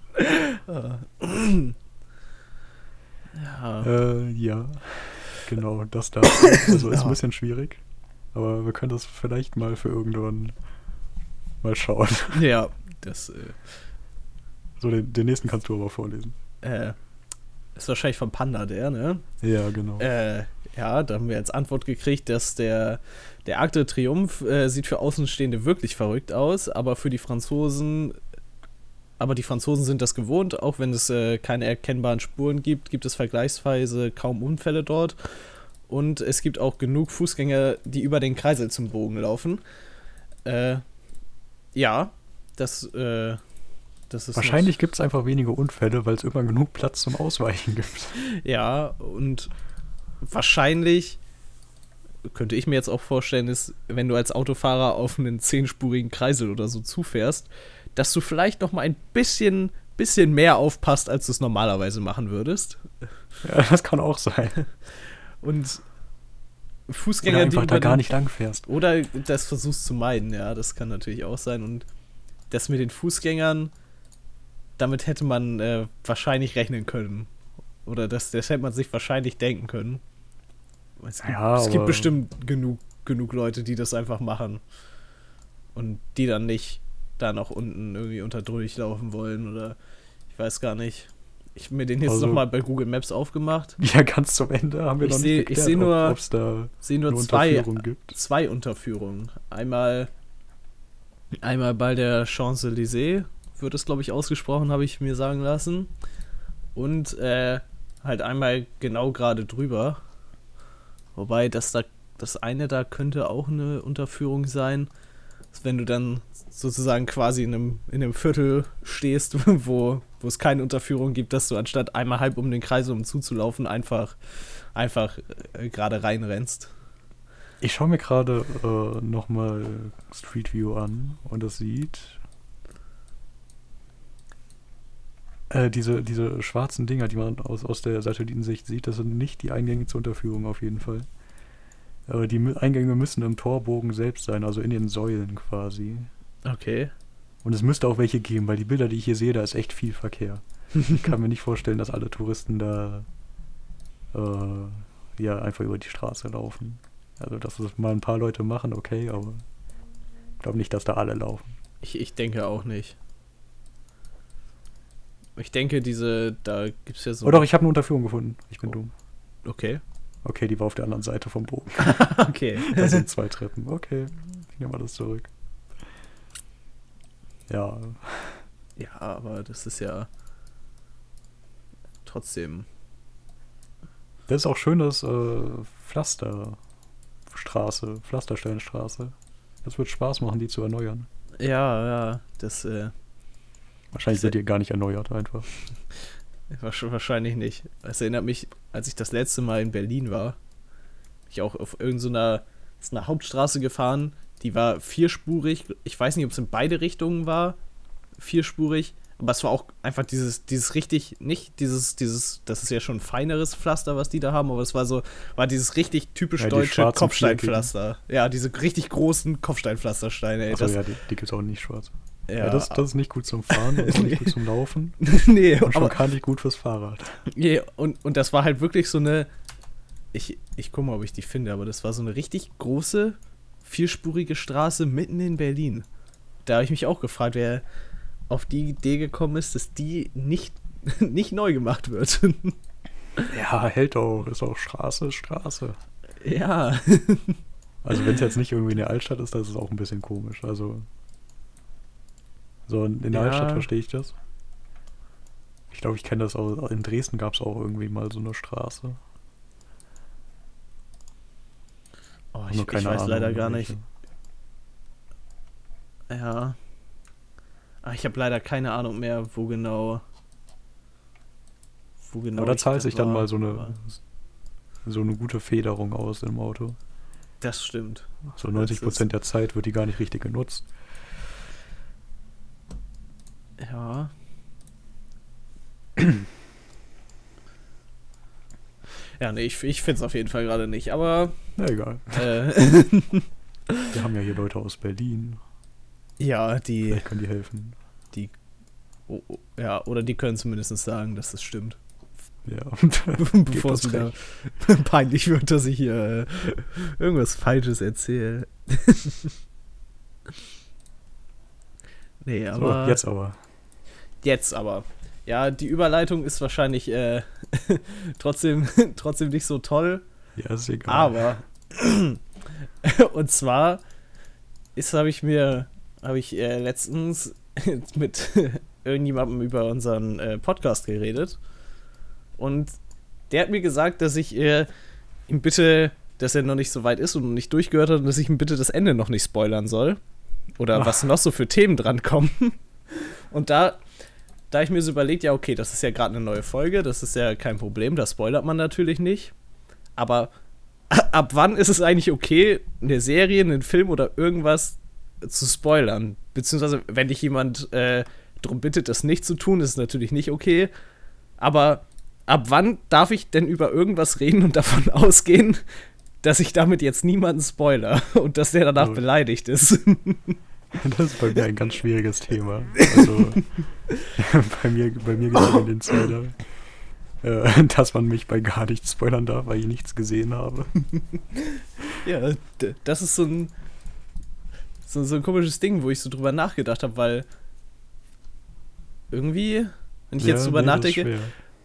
Speaker 1: Ja, genau, das da. Also ist ein bisschen schwierig, aber wir können das vielleicht mal für irgendwann mal schauen.
Speaker 2: Ja, das
Speaker 1: so, den nächsten kannst du aber vorlesen.
Speaker 2: Ist wahrscheinlich von Panda der, ne?
Speaker 1: Ja, genau.
Speaker 2: Ja, da haben wir als Antwort gekriegt, dass der Arc de Triomphe sieht für Außenstehende wirklich verrückt aus, aber die Franzosen sind das gewohnt, auch wenn es keine erkennbaren Spuren gibt es vergleichsweise kaum Unfälle dort. Und es gibt auch genug Fußgänger, die über den Kreisel zum Bogen laufen. Ja, das ist...
Speaker 1: Wahrscheinlich gibt es einfach wenige Unfälle, weil es immer genug Platz zum Ausweichen gibt.
Speaker 2: Ja, und wahrscheinlich, könnte ich mir jetzt auch vorstellen, ist, wenn du als Autofahrer auf einen 10-spurigen Kreisel oder so zufährst, dass du vielleicht noch mal ein bisschen mehr aufpasst, als du es normalerweise machen würdest.
Speaker 1: Ja, das kann auch sein.
Speaker 2: Und Fußgänger,
Speaker 1: oder einfach
Speaker 2: die
Speaker 1: da gar nicht lang fährst.
Speaker 2: Oder das versuchst zu meiden, ja, das kann natürlich auch sein. Und das mit den Fußgängern, damit hätte man wahrscheinlich rechnen können. Oder das hätte man sich wahrscheinlich denken können. Es gibt bestimmt genug Leute, die das einfach machen. Und die dann nicht da noch unten irgendwie unter durchlaufen wollen oder ich weiß gar nicht. Ich habe mir den jetzt nochmal bei Google Maps aufgemacht.
Speaker 1: Ja, ganz zum Ende haben wir noch nicht geklärt, ob es da
Speaker 2: eine Unterführung gibt. Zwei Unterführungen. Einmal bei der Champs-Élysées wird es, glaube ich, ausgesprochen, habe ich mir sagen lassen. Und halt einmal genau gerade drüber. Wobei das eine da könnte auch eine Unterführung sein. Wenn du dann sozusagen quasi in einem Viertel stehst, wo es keine Unterführung gibt, dass du anstatt einmal halb um den Kreis zuzulaufen, einfach gerade reinrennst.
Speaker 1: Ich schaue mir gerade nochmal Street View an und das sieht Diese schwarzen Dinger, die man aus der Satellitensicht sieht, das sind nicht die Eingänge zur Unterführung auf jeden Fall. Die Eingänge müssen im Torbogen selbst sein, also in den Säulen quasi.
Speaker 2: Okay.
Speaker 1: Und es müsste auch welche geben, weil die Bilder, die ich hier sehe, da ist echt viel Verkehr. Ich kann mir nicht vorstellen, dass alle Touristen da einfach über die Straße laufen. Also, dass das mal ein paar Leute machen, okay, aber ich glaube nicht, dass da alle laufen.
Speaker 2: Ich denke auch nicht. Ich denke, da gibt's ja so...
Speaker 1: Oh doch, ich habe eine Unterführung gefunden. Ich bin dumm.
Speaker 2: Okay.
Speaker 1: Okay, die war auf der anderen Seite vom Bogen.
Speaker 2: Okay.
Speaker 1: Da sind 2 Treppen. Okay, ich nehme alles zurück. Ja.
Speaker 2: Ja, aber das ist ja trotzdem...
Speaker 1: Das ist auch schön, das Pflastersteinstraße. Das wird Spaß machen, die zu erneuern.
Speaker 2: Ja, das...
Speaker 1: Wahrscheinlich wird die gar nicht erneuert einfach.
Speaker 2: Wahrscheinlich nicht. Es erinnert mich, als ich das letzte Mal in Berlin war, ich auch auf irgendeiner Hauptstraße gefahren, die war 4-spurig. Ich weiß nicht, ob es in beide Richtungen war, 4-spurig, aber es war auch einfach dieses richtig, nicht dieses, das ist ja schon ein feineres Pflaster, was die da haben, aber es war dieses richtig typisch deutsche Kopfsteinpflaster. Ja, diese richtig großen Kopfsteinpflastersteine.
Speaker 1: Achso, ja, die gibt es auch nicht schwarz.
Speaker 2: Ja,
Speaker 1: das ist nicht gut zum Fahren, das ist nicht gut zum Laufen.
Speaker 2: Nee,
Speaker 1: und schon gar nicht gut fürs Fahrrad.
Speaker 2: Nee, und das war halt wirklich so eine, ich guck mal, ob ich die finde, aber das war so eine richtig große, 4-spurige Straße mitten in Berlin. Da habe ich mich auch gefragt, wer auf die Idee gekommen ist, dass die nicht neu gemacht wird.
Speaker 1: Ja, hält auch, ist auch Straße.
Speaker 2: Ja.
Speaker 1: Also wenn es jetzt nicht irgendwie in der Altstadt ist, das ist auch ein bisschen komisch, also... So, in der Altstadt verstehe ich das. Ich glaube, ich kenne das auch. In Dresden gab es auch irgendwie mal so eine Straße.
Speaker 2: Oh, ich weiß leider gar nicht. Ja. Ich habe leider keine Ahnung mehr, wo genau.
Speaker 1: Aber da zahlt sich dann mal so eine gute Federung aus im Auto.
Speaker 2: Das stimmt.
Speaker 1: So 90% der Zeit wird die gar nicht richtig genutzt.
Speaker 2: Ja. Ja, nee, ich finde es auf jeden Fall gerade nicht, aber...
Speaker 1: Na egal. Wir haben ja hier Leute aus Berlin.
Speaker 2: Ja,
Speaker 1: vielleicht können die helfen.
Speaker 2: Ja, oder die können zumindest sagen, dass das stimmt.
Speaker 1: Ja.
Speaker 2: Bevor es wieder peinlich wird, dass ich hier irgendwas Falsches erzähle. Nee, aber...
Speaker 1: So,
Speaker 2: Jetzt aber. Ja, die Überleitung ist wahrscheinlich trotzdem nicht so toll.
Speaker 1: Ja, ist egal.
Speaker 2: Aber und zwar habe ich letztens mit irgendjemandem über unseren Podcast geredet und der hat mir gesagt, dass ich ihm bitte, dass er noch nicht so weit ist und noch nicht durchgehört hat und dass ich ihm bitte das Ende noch nicht spoilern soll oder was noch so für Themen drankommen. Und da ich mir so überlegt, ja okay, das ist ja gerade eine neue Folge, das ist ja kein Problem, da spoilert man natürlich nicht, aber ab wann ist es eigentlich okay, eine Serie, einen Film oder irgendwas zu spoilern? Beziehungsweise, wenn dich jemand darum bittet, das nicht zu tun, ist es natürlich nicht okay, aber ab wann darf ich denn über irgendwas reden und davon ausgehen, dass ich damit jetzt niemanden spoiler und dass der danach beleidigt ist?
Speaker 1: Das ist bei mir ein ganz schwieriges Thema. Also, bei mir geht es in den Zähler, dass man mich bei gar nichts spoilern darf, weil ich nichts gesehen habe.
Speaker 2: Ja, das ist so ein komisches Ding, wo ich so drüber nachgedacht habe, weil irgendwie, wenn ich jetzt drüber nachdenke,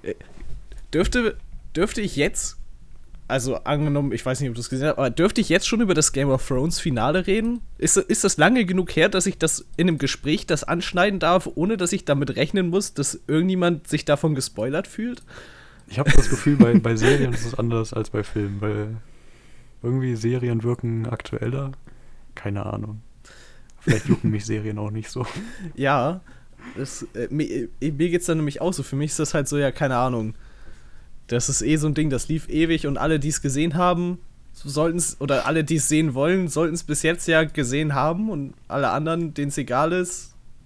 Speaker 2: dürfte ich jetzt, also angenommen, ich weiß nicht, ob du es gesehen hast, aber dürfte ich jetzt schon über das Game of Thrones Finale reden? Ist das lange genug her, dass ich das in einem Gespräch das anschneiden darf, ohne dass ich damit rechnen muss, dass irgendjemand sich davon gespoilert fühlt?
Speaker 1: Ich habe das Gefühl, bei Serien ist es anders als bei Filmen, weil irgendwie Serien wirken aktueller. Keine Ahnung. Vielleicht jucken mich Serien auch nicht so. Ja,
Speaker 2: mir geht's dann nämlich auch so. Für mich ist das halt so, ja, keine Ahnung. Das ist so ein Ding, das lief ewig und alle, die es gesehen haben, sollten es, oder alle, die es sehen wollen, sollten es bis jetzt ja gesehen haben und alle anderen, denen es egal ist,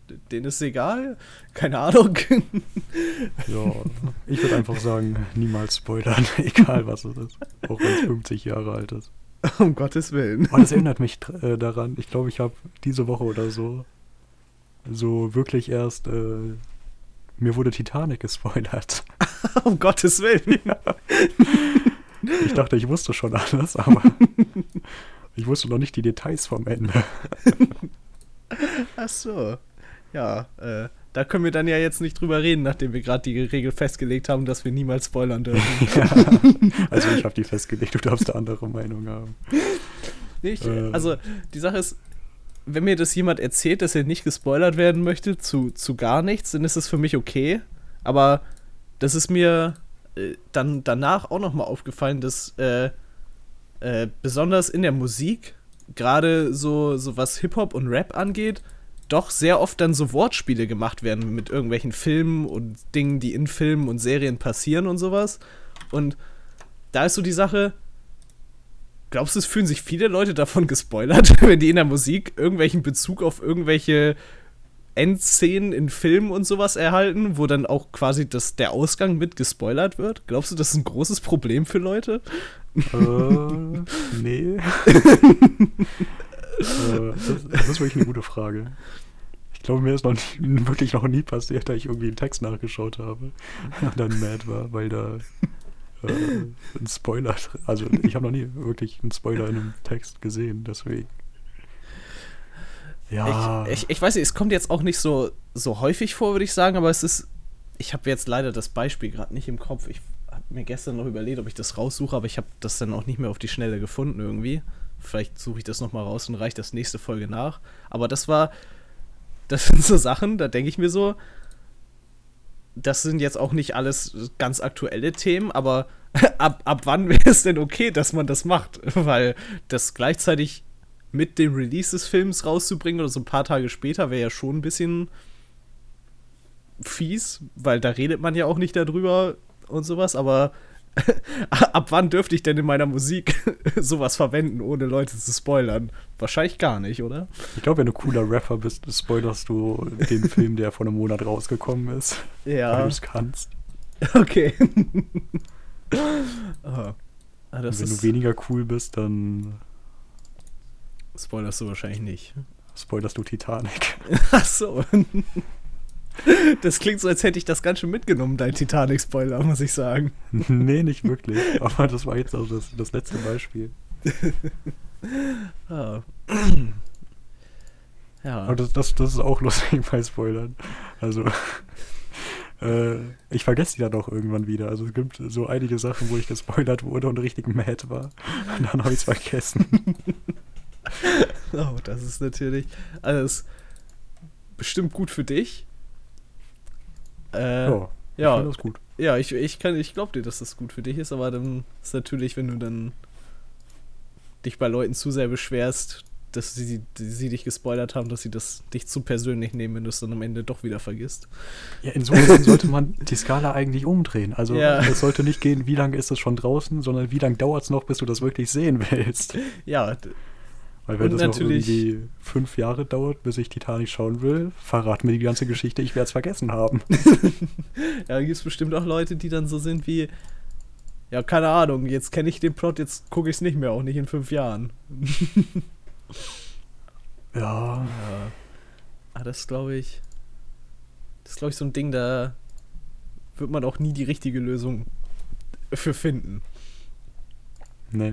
Speaker 2: denen ist egal. Keine Ahnung.
Speaker 1: Ja, ich würde einfach sagen, niemals spoilern, egal was es ist. Auch wenn es 50 Jahre alt ist.
Speaker 2: Um Gottes Willen.
Speaker 1: Oh, das erinnert mich daran. Ich glaube, ich habe diese Woche oder so wirklich erst, mir wurde Titanic gespoilert.
Speaker 2: Um Gottes Willen.
Speaker 1: Ja. Ich dachte, ich wusste schon alles, aber ich wusste noch nicht die Details vom Ende.
Speaker 2: Ach so. Ja, da können wir dann ja jetzt nicht drüber reden, nachdem wir gerade die Regel festgelegt haben, dass wir niemals spoilern dürfen.
Speaker 1: Ja, also ich habe die festgelegt, du darfst eine andere Meinung haben.
Speaker 2: Nee, also die Sache ist, wenn mir das jemand erzählt, dass er nicht gespoilert werden möchte zu gar nichts, dann ist es für mich okay. Aber das ist mir dann danach auch nochmal aufgefallen, dass besonders in der Musik, gerade so was Hip-Hop und Rap angeht, doch sehr oft dann so Wortspiele gemacht werden mit irgendwelchen Filmen und Dingen, die in Filmen und Serien passieren und sowas. Und da ist so die Sache, glaubst du, es fühlen sich viele Leute davon gespoilert, wenn die in der Musik irgendwelchen Bezug auf irgendwelche Endszenen in Filmen und sowas erhalten, wo dann auch quasi der Ausgang mit gespoilert wird? Glaubst du, das ist ein großes Problem für Leute?
Speaker 1: Nee. Das ist wirklich eine gute Frage. Ich glaube, mir ist wirklich noch nie passiert, dass ich irgendwie einen Text nachgeschaut habe und dann mad war, weil da ein Spoiler, also ich habe noch nie wirklich einen Spoiler in einem Text gesehen, deswegen. Ja.
Speaker 2: Ich weiß nicht, es kommt jetzt auch nicht so häufig vor, würde ich sagen, aber ich habe jetzt leider das Beispiel gerade nicht im Kopf. Ich habe mir gestern noch überlegt, ob ich das raussuche, aber ich habe das dann auch nicht mehr auf die Schnelle gefunden irgendwie. Vielleicht suche ich das nochmal raus und reiche das nächste Folge nach. Aber das sind so Sachen, da denke ich mir so, das sind jetzt auch nicht alles ganz aktuelle Themen, aber ab wann wäre es denn okay, dass man das macht? Weil das gleichzeitig mit dem Release des Films rauszubringen oder so ein paar Tage später wäre ja schon ein bisschen fies, weil da redet man ja auch nicht darüber und sowas, aber ab wann dürfte ich denn in meiner Musik sowas verwenden, ohne Leute zu spoilern? Wahrscheinlich gar nicht, oder?
Speaker 1: Ich glaube, wenn du cooler Rapper bist, spoilerst du den Film, der vor einem Monat rausgekommen ist.
Speaker 2: Ja.
Speaker 1: Weil du es kannst.
Speaker 2: Okay.
Speaker 1: Wenn du weniger cool bist, dann
Speaker 2: spoilerst du wahrscheinlich nicht.
Speaker 1: Spoilerst du Titanic.
Speaker 2: Ach so. Das klingt so, als hätte ich das ganz schön mitgenommen, dein Titanic-Spoiler, muss ich sagen.
Speaker 1: Nee, nicht wirklich. Aber das war jetzt auch das letzte Beispiel.
Speaker 2: Ah. Ja.
Speaker 1: Aber das ist auch lustig bei Spoilern. Also, ich vergesse die dann auch irgendwann wieder. Also es gibt so einige Sachen, wo ich gespoilert wurde und richtig mad war. Und dann habe ich es vergessen.
Speaker 2: Oh, das ist natürlich alles bestimmt gut für dich.
Speaker 1: Ja, ich finde das gut.
Speaker 2: Ja, ich glaube dir, dass das gut für dich ist, aber dann ist natürlich, wenn du dann dich bei Leuten zu sehr beschwerst, dass sie dich gespoilert haben, dass sie dich zu persönlich nehmen, wenn du es dann am Ende doch wieder vergisst.
Speaker 1: Ja, insofern sollte man die Skala eigentlich umdrehen. Also
Speaker 2: ja.
Speaker 1: Es sollte nicht gehen, wie lange ist es schon draußen, sondern wie lange dauert es noch, bis du das wirklich sehen willst.
Speaker 2: Ja.
Speaker 1: Weil wenn das noch irgendwie 5 Jahre dauert, bis ich Titanic schauen will, verrat mir die ganze Geschichte, ich werde es vergessen haben.
Speaker 2: Ja, da gibt es bestimmt auch Leute, die dann so sind wie, ja, keine Ahnung, jetzt kenne ich den Plot, jetzt gucke ich es nicht mehr, auch nicht in 5 Jahren.
Speaker 1: Ja.
Speaker 2: Das ist, glaube ich, so ein Ding, da wird man auch nie die richtige Lösung für finden.
Speaker 1: Nee.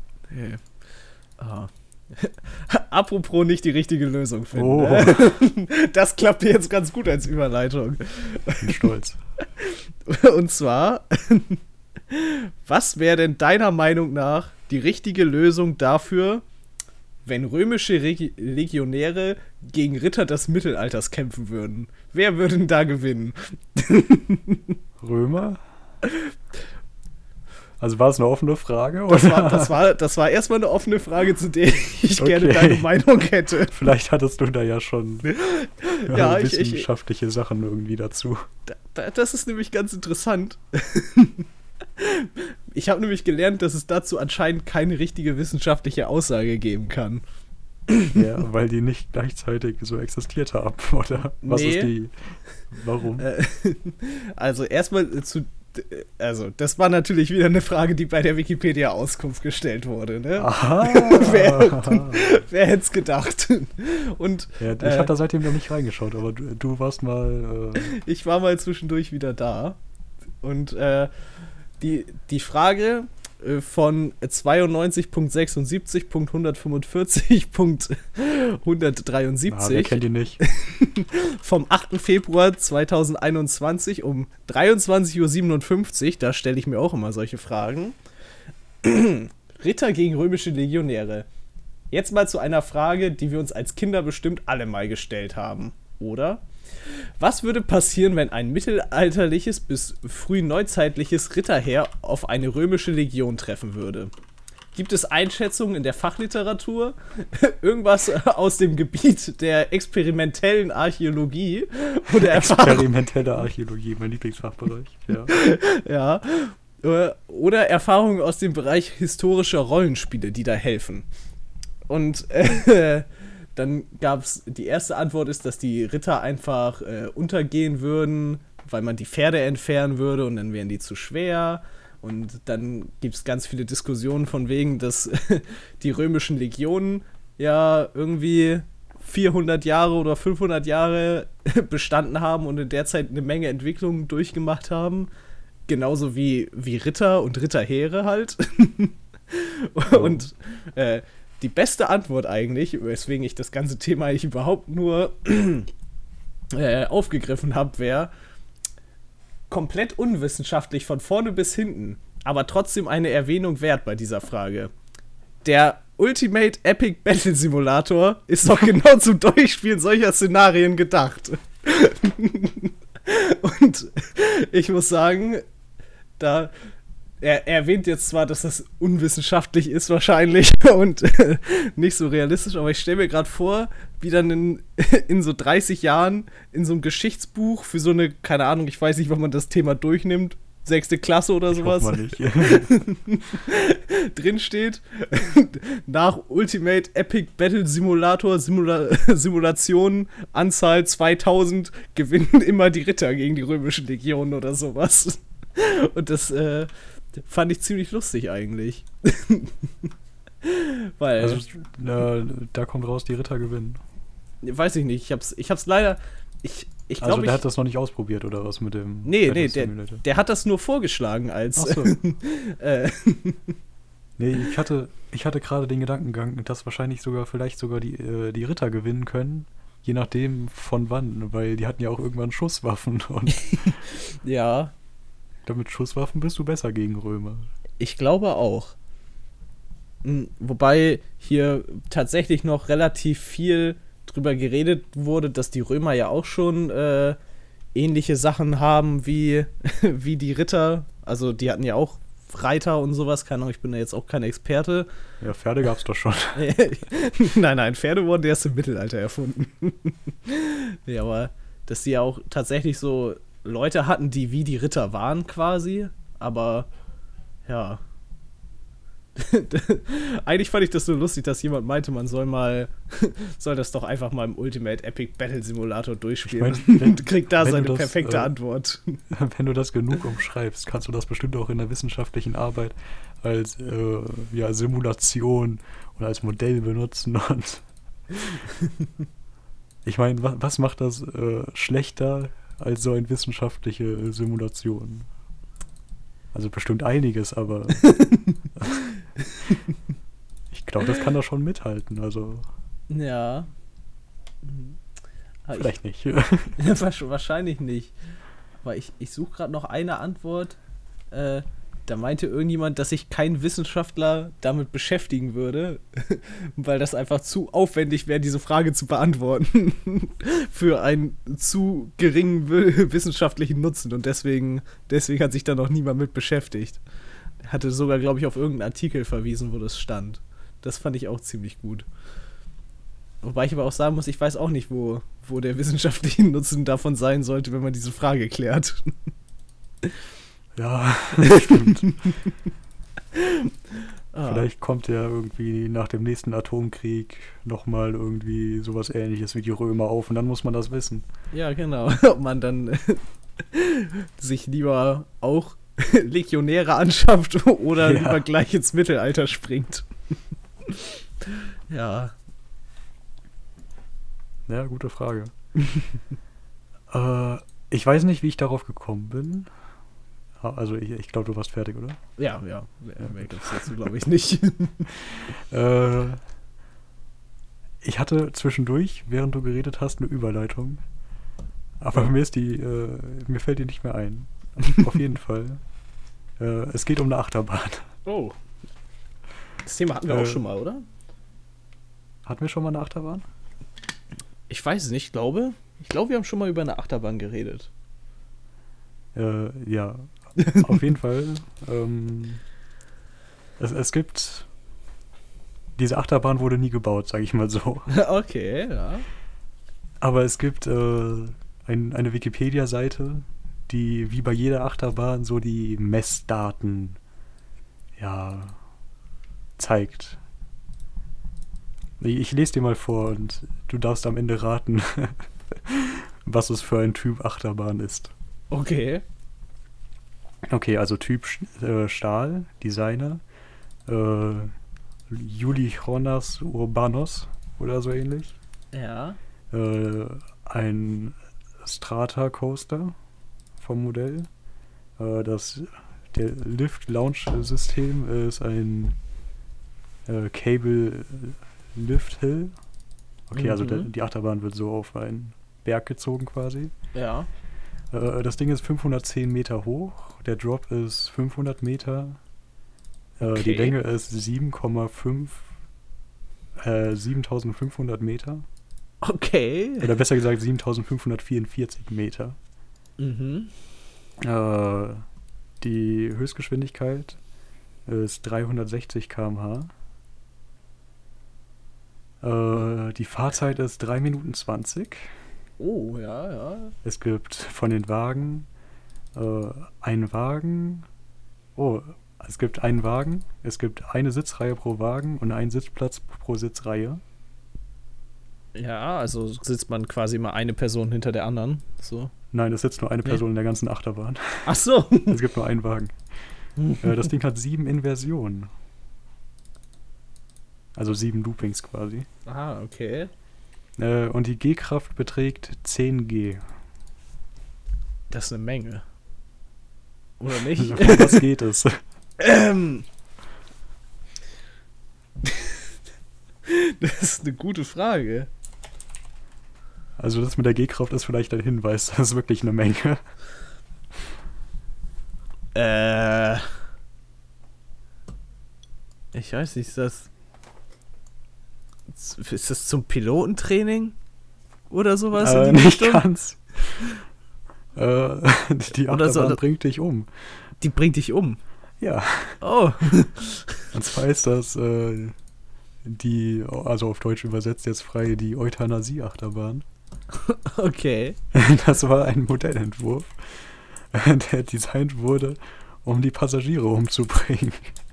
Speaker 2: Apropos nicht die richtige Lösung finden.
Speaker 1: Oh.
Speaker 2: Das klappt jetzt ganz gut als Überleitung.
Speaker 1: Ich bin stolz.
Speaker 2: Und zwar, was wäre denn deiner Meinung nach die richtige Lösung dafür, wenn römische Legionäre gegen Ritter des Mittelalters kämpfen würden? Wer würde denn da gewinnen?
Speaker 1: Römer? Also war es eine offene Frage? Oder?
Speaker 2: Das war erstmal eine offene Frage, zu der ich gerne deine Meinung hätte.
Speaker 1: Vielleicht hattest du da ja schon
Speaker 2: ja,
Speaker 1: wissenschaftliche Sachen irgendwie dazu.
Speaker 2: Das ist nämlich ganz interessant. Ich habe nämlich gelernt, dass es dazu anscheinend keine richtige wissenschaftliche Aussage geben kann.
Speaker 1: Ja, weil die nicht gleichzeitig so existiert haben, oder? Was
Speaker 2: Nee.
Speaker 1: ist die? Warum?
Speaker 2: Also erstmal also das war natürlich wieder eine Frage, die bei der Wikipedia Auskunft gestellt wurde, ne?
Speaker 1: Aha!
Speaker 2: Wer hätte es gedacht? Und
Speaker 1: Ja, ich habe da seitdem noch nicht reingeschaut, aber du warst mal.
Speaker 2: ich war mal zwischendurch wieder da. Und die Frage von 92.76.145.173
Speaker 1: wer kennt die nicht?
Speaker 2: vom 8. Februar 2021 um 23:57 Uhr, da stelle ich mir auch immer solche Fragen. Ritter gegen römische Legionäre. Jetzt mal zu einer Frage, die wir uns als Kinder bestimmt alle mal gestellt haben, oder? Was würde passieren, wenn ein mittelalterliches bis frühneuzeitliches Ritterheer auf eine römische Legion treffen würde? Gibt es Einschätzungen in der Fachliteratur? Irgendwas aus dem Gebiet der experimentellen Archäologie? Oder
Speaker 1: Experimentelle Archäologie, mein Lieblingsfachbereich. Ja.
Speaker 2: Ja. Oder Erfahrungen aus dem Bereich historischer Rollenspiele, die da helfen? Und dann gab es, die erste Antwort ist, dass die Ritter einfach untergehen würden, weil man die Pferde entfernen würde und dann wären die zu schwer. Und dann gibt es ganz viele Diskussionen von wegen, dass die römischen Legionen ja irgendwie 400 Jahre oder 500 Jahre bestanden haben und in der Zeit eine Menge Entwicklungen durchgemacht haben. Genauso wie Ritter und Ritterheere halt. Und die beste Antwort eigentlich, weswegen ich das ganze Thema eigentlich überhaupt nur aufgegriffen habe, wäre komplett unwissenschaftlich von vorne bis hinten, aber trotzdem eine Erwähnung wert bei dieser Frage. Der Ultimate Epic Battle Simulator ist doch genau zum Durchspielen solcher Szenarien gedacht. Und ich muss sagen, er erwähnt jetzt zwar, dass das unwissenschaftlich ist wahrscheinlich und nicht so realistisch, aber ich stelle mir gerade vor, wie dann in so 30 Jahren in so einem Geschichtsbuch für so eine, keine Ahnung, ich weiß nicht, wann man das Thema durchnimmt, 6. Klasse oder sowas, drin steht, nach Ultimate Epic Battle Simulator Simulation Anzahl 2000 gewinnen immer die Ritter gegen die römischen Legionen oder sowas. Und das fand ich ziemlich lustig eigentlich. Weil.
Speaker 1: Also, da kommt raus, die Ritter gewinnen.
Speaker 2: Weiß ich nicht. Ich hab's leider. Ich glaube,
Speaker 1: also, der hat das noch nicht ausprobiert, oder was mit dem.
Speaker 2: Nee, der hat das nur vorgeschlagen als.
Speaker 1: Ach so. Nee, ich hatte gerade den Gedankengang, dass vielleicht sogar die Ritter gewinnen können. Je nachdem von wann, weil die hatten ja auch irgendwann Schusswaffen. Und
Speaker 2: ja.
Speaker 1: Damit Schusswaffen bist du besser gegen Römer.
Speaker 2: Ich glaube auch. Wobei hier tatsächlich noch relativ viel drüber geredet wurde, dass die Römer ja auch schon ähnliche Sachen haben wie die Ritter. Also die hatten ja auch Reiter und sowas. Keine Ahnung, ich bin da jetzt auch kein Experte.
Speaker 1: Ja, Pferde gab's doch schon.
Speaker 2: Nein, Pferde wurden erst im Mittelalter erfunden. Ja, aber dass die ja auch tatsächlich so Leute hatten, die wie die Ritter waren quasi, aber ja. Eigentlich fand ich das so lustig, dass jemand meinte, man soll das doch einfach mal im Ultimate Epic Battle Simulator durchspielen und kriegt da seine perfekte Antwort.
Speaker 1: Wenn du das genug umschreibst, kannst du das bestimmt auch in der wissenschaftlichen Arbeit als Simulation oder als Modell benutzen. Und ich meine, was macht das schlechter als so eine wissenschaftliche Simulation? Also bestimmt einiges, aber ich glaube, das kann da schon mithalten. Also
Speaker 2: ja.
Speaker 1: Vielleicht nicht.
Speaker 2: Wahrscheinlich nicht. Aber ich suche gerade noch eine Antwort. Da meinte irgendjemand, dass sich kein Wissenschaftler damit beschäftigen würde, weil das einfach zu aufwendig wäre, diese Frage zu beantworten für einen zu geringen wissenschaftlichen Nutzen. Und deswegen hat sich da noch niemand mit beschäftigt. Er hatte sogar, glaube ich, auf irgendeinen Artikel verwiesen, wo das stand. Das fand ich auch ziemlich gut. Wobei ich aber auch sagen muss, ich weiß auch nicht, wo der wissenschaftliche Nutzen davon sein sollte, wenn man diese Frage klärt.
Speaker 1: Ja, stimmt. Vielleicht kommt ja irgendwie nach dem nächsten Atomkrieg nochmal irgendwie sowas Ähnliches wie die Römer auf und dann muss man das wissen.
Speaker 2: Ja, genau. Ob man dann sich lieber auch Legionäre anschafft oder
Speaker 1: Ja.
Speaker 2: lieber gleich ins Mittelalter springt. Ja.
Speaker 1: Ja, gute Frage. Ich weiß nicht, wie ich darauf gekommen bin. Also ich glaube, du warst fertig, oder?
Speaker 2: Ja. Mehr gibt's dazu, glaube ich, nicht.
Speaker 1: Ich hatte zwischendurch, während du geredet hast, eine Überleitung. Aber mir fällt die nicht mehr ein. Auf jeden Fall. Es geht um eine Achterbahn.
Speaker 2: Oh. Das Thema hatten wir auch schon mal, oder?
Speaker 1: Hatten wir schon mal eine Achterbahn?
Speaker 2: Ich weiß es nicht, Ich glaube, wir haben schon mal über eine Achterbahn geredet.
Speaker 1: Ja. Auf jeden Fall. Es gibt. Diese Achterbahn wurde nie gebaut, sage ich mal so.
Speaker 2: Okay, ja.
Speaker 1: Aber es gibt eine Wikipedia-Seite, die wie bei jeder Achterbahn so die Messdaten zeigt. Ich lese dir mal vor und du darfst am Ende raten, was es für ein Typ Achterbahn ist.
Speaker 2: Okay.
Speaker 1: Okay, also Typ Stahl, Designer, Juli Jonas Urbanos oder so ähnlich.
Speaker 2: Ja.
Speaker 1: Ein Strata-Coaster vom Modell. Der Lift-Lounge-System ist ein Cable Lift Hill. Okay, also die Achterbahn wird so auf einen Berg gezogen quasi.
Speaker 2: Ja.
Speaker 1: Das Ding ist 510 Meter hoch. Der Drop ist 500 Meter.
Speaker 2: Okay.
Speaker 1: Die Länge ist 7500 Meter.
Speaker 2: Okay.
Speaker 1: Oder besser gesagt 7544 Meter.
Speaker 2: Mhm.
Speaker 1: Die Höchstgeschwindigkeit ist 360 km/h. Die Fahrzeit ist 3 Minuten 20.
Speaker 2: Oh, ja.
Speaker 1: Es gibt von den Wagen einen Wagen. Oh, es gibt einen Wagen. Es gibt eine Sitzreihe pro Wagen und einen Sitzplatz pro Sitzreihe.
Speaker 2: Ja, also sitzt man quasi mal eine Person hinter der anderen. So.
Speaker 1: Nein, es sitzt nur eine Person in der ganzen Achterbahn.
Speaker 2: Ach so.
Speaker 1: Es gibt nur einen Wagen. Das Ding hat 7 Inversionen. Also 7 Loopings quasi.
Speaker 2: Ah, okay.
Speaker 1: Und die G-Kraft beträgt 10 G.
Speaker 2: Das ist eine Menge. Oder nicht?
Speaker 1: Was geht es?
Speaker 2: Das ist eine gute Frage.
Speaker 1: Also das mit der G-Kraft ist vielleicht ein Hinweis. Das ist wirklich eine Menge.
Speaker 2: Ich weiß nicht, ist das zum Pilotentraining? Oder sowas? in die
Speaker 1: Nicht
Speaker 2: Richtung?
Speaker 1: ganz. Die
Speaker 2: Oder
Speaker 1: Achterbahn
Speaker 2: so-
Speaker 1: bringt dich um.
Speaker 2: Die bringt dich um.
Speaker 1: Ja.
Speaker 2: Oh.
Speaker 1: Und zwar ist das also auf Deutsch übersetzt jetzt frei, die Euthanasie-Achterbahn.
Speaker 2: Okay.
Speaker 1: Das war ein Modellentwurf, der designt wurde, um die Passagiere umzubringen.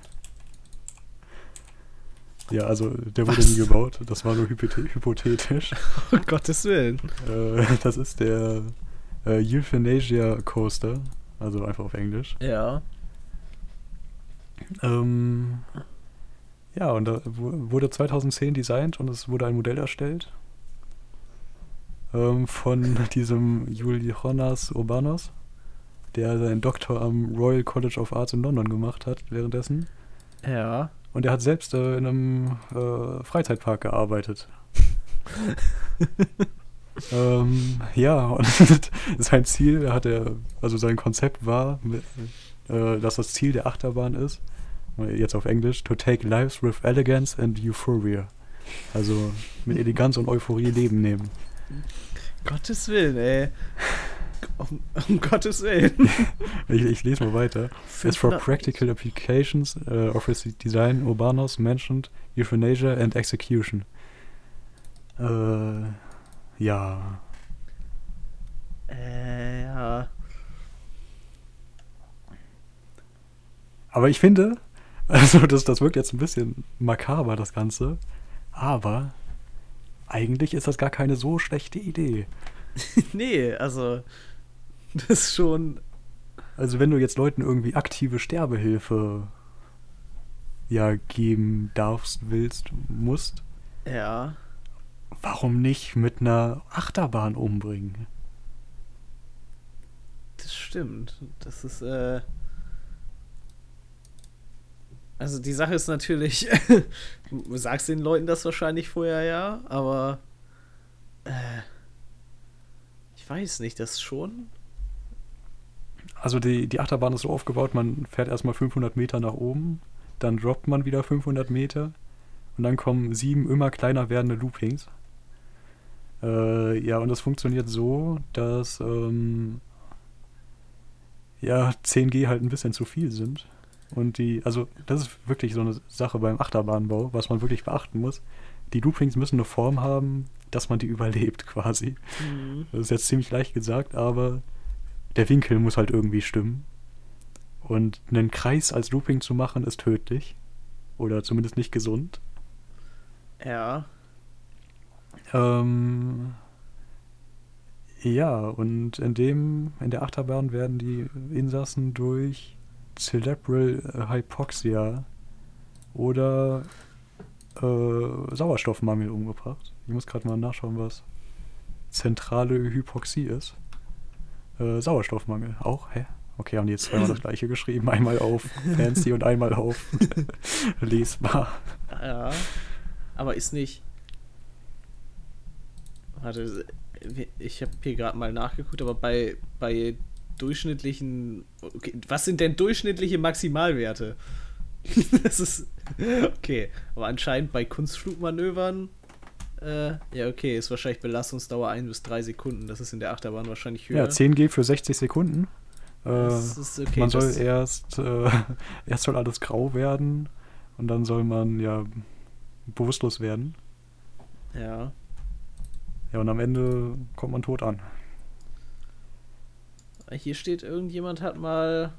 Speaker 1: Ja, also der wurde nie gebaut, das war nur hypothetisch.
Speaker 2: Um Gottes Willen.
Speaker 1: Das ist der Euthanasia Coaster, also einfach auf Englisch.
Speaker 2: Ja.
Speaker 1: Ja, und da wurde 2010 designt und es wurde ein Modell erstellt von diesem Jonas Urbanos, der seinen Doktor am Royal College of Arts in London gemacht hat währenddessen.
Speaker 2: Ja.
Speaker 1: Und er hat selbst in einem Freizeitpark gearbeitet. Ja, und sein Ziel also sein Konzept war, dass das Ziel der Achterbahn ist, jetzt auf Englisch, to take lives with elegance and euphoria. Also mit Eleganz und Euphorie Leben nehmen.
Speaker 2: Gottes Willen, ey. Um Gottes Willen.
Speaker 1: Ich lese mal weiter. As for practical applications of his design, Urbanos mentioned euthanasia and execution. Ja.
Speaker 2: Ja.
Speaker 1: Aber ich finde, Also das wirkt jetzt ein bisschen makaber, das Ganze. Aber eigentlich ist das gar keine so schlechte Idee.
Speaker 2: Nee, also das ist schon.
Speaker 1: Also wenn du jetzt Leuten irgendwie aktive Sterbehilfe ja geben darfst, willst, musst,
Speaker 2: Ja.
Speaker 1: warum nicht mit einer Achterbahn umbringen?
Speaker 2: Das stimmt. Das ist, also die Sache ist natürlich, du sagst den Leuten das wahrscheinlich vorher, ja, aber ich weiß nicht, das schon.
Speaker 1: Also die Achterbahn ist so aufgebaut, man fährt erstmal 500 Meter nach oben, dann droppt man wieder 500 Meter und dann kommen 7 immer kleiner werdende Loopings. Ja, und das funktioniert so, dass ja, 10G halt ein bisschen zu viel sind. Und also das ist wirklich so eine Sache beim Achterbahnbau, was man wirklich beachten muss. Die Loopings müssen eine Form haben, dass man die überlebt quasi.
Speaker 2: Mhm.
Speaker 1: Das ist jetzt ziemlich leicht gesagt, aber der Winkel muss halt irgendwie stimmen. Und einen Kreis als Looping zu machen, ist tödlich. Oder zumindest nicht gesund.
Speaker 2: Ja.
Speaker 1: Ja, und in der Achterbahn werden die Insassen durch Cerebral Hypoxia oder Sauerstoffmangel umgebracht. Ich muss gerade mal nachschauen, was zentrale Hypoxie ist. Sauerstoffmangel. Auch? Hä? Okay, haben die jetzt zweimal das gleiche geschrieben. Einmal auf fancy und einmal auf lesbar.
Speaker 2: Ja. Aber ist nicht. Warte, ich habe hier gerade mal nachgeguckt, aber bei durchschnittlichen. Okay, was sind denn durchschnittliche Maximalwerte? Das ist. Okay, aber anscheinend bei Kunstflugmanövern. Ja, okay, ist wahrscheinlich Belastungsdauer 1 bis 3 Sekunden. Das ist in der Achterbahn wahrscheinlich höher.
Speaker 1: Ja, 10G für 60 Sekunden.
Speaker 2: Das ist okay,
Speaker 1: man soll erst soll alles grau werden und dann soll man ja bewusstlos werden.
Speaker 2: Ja.
Speaker 1: Ja, und am Ende kommt man tot an.
Speaker 2: Hier steht, irgendjemand hat mal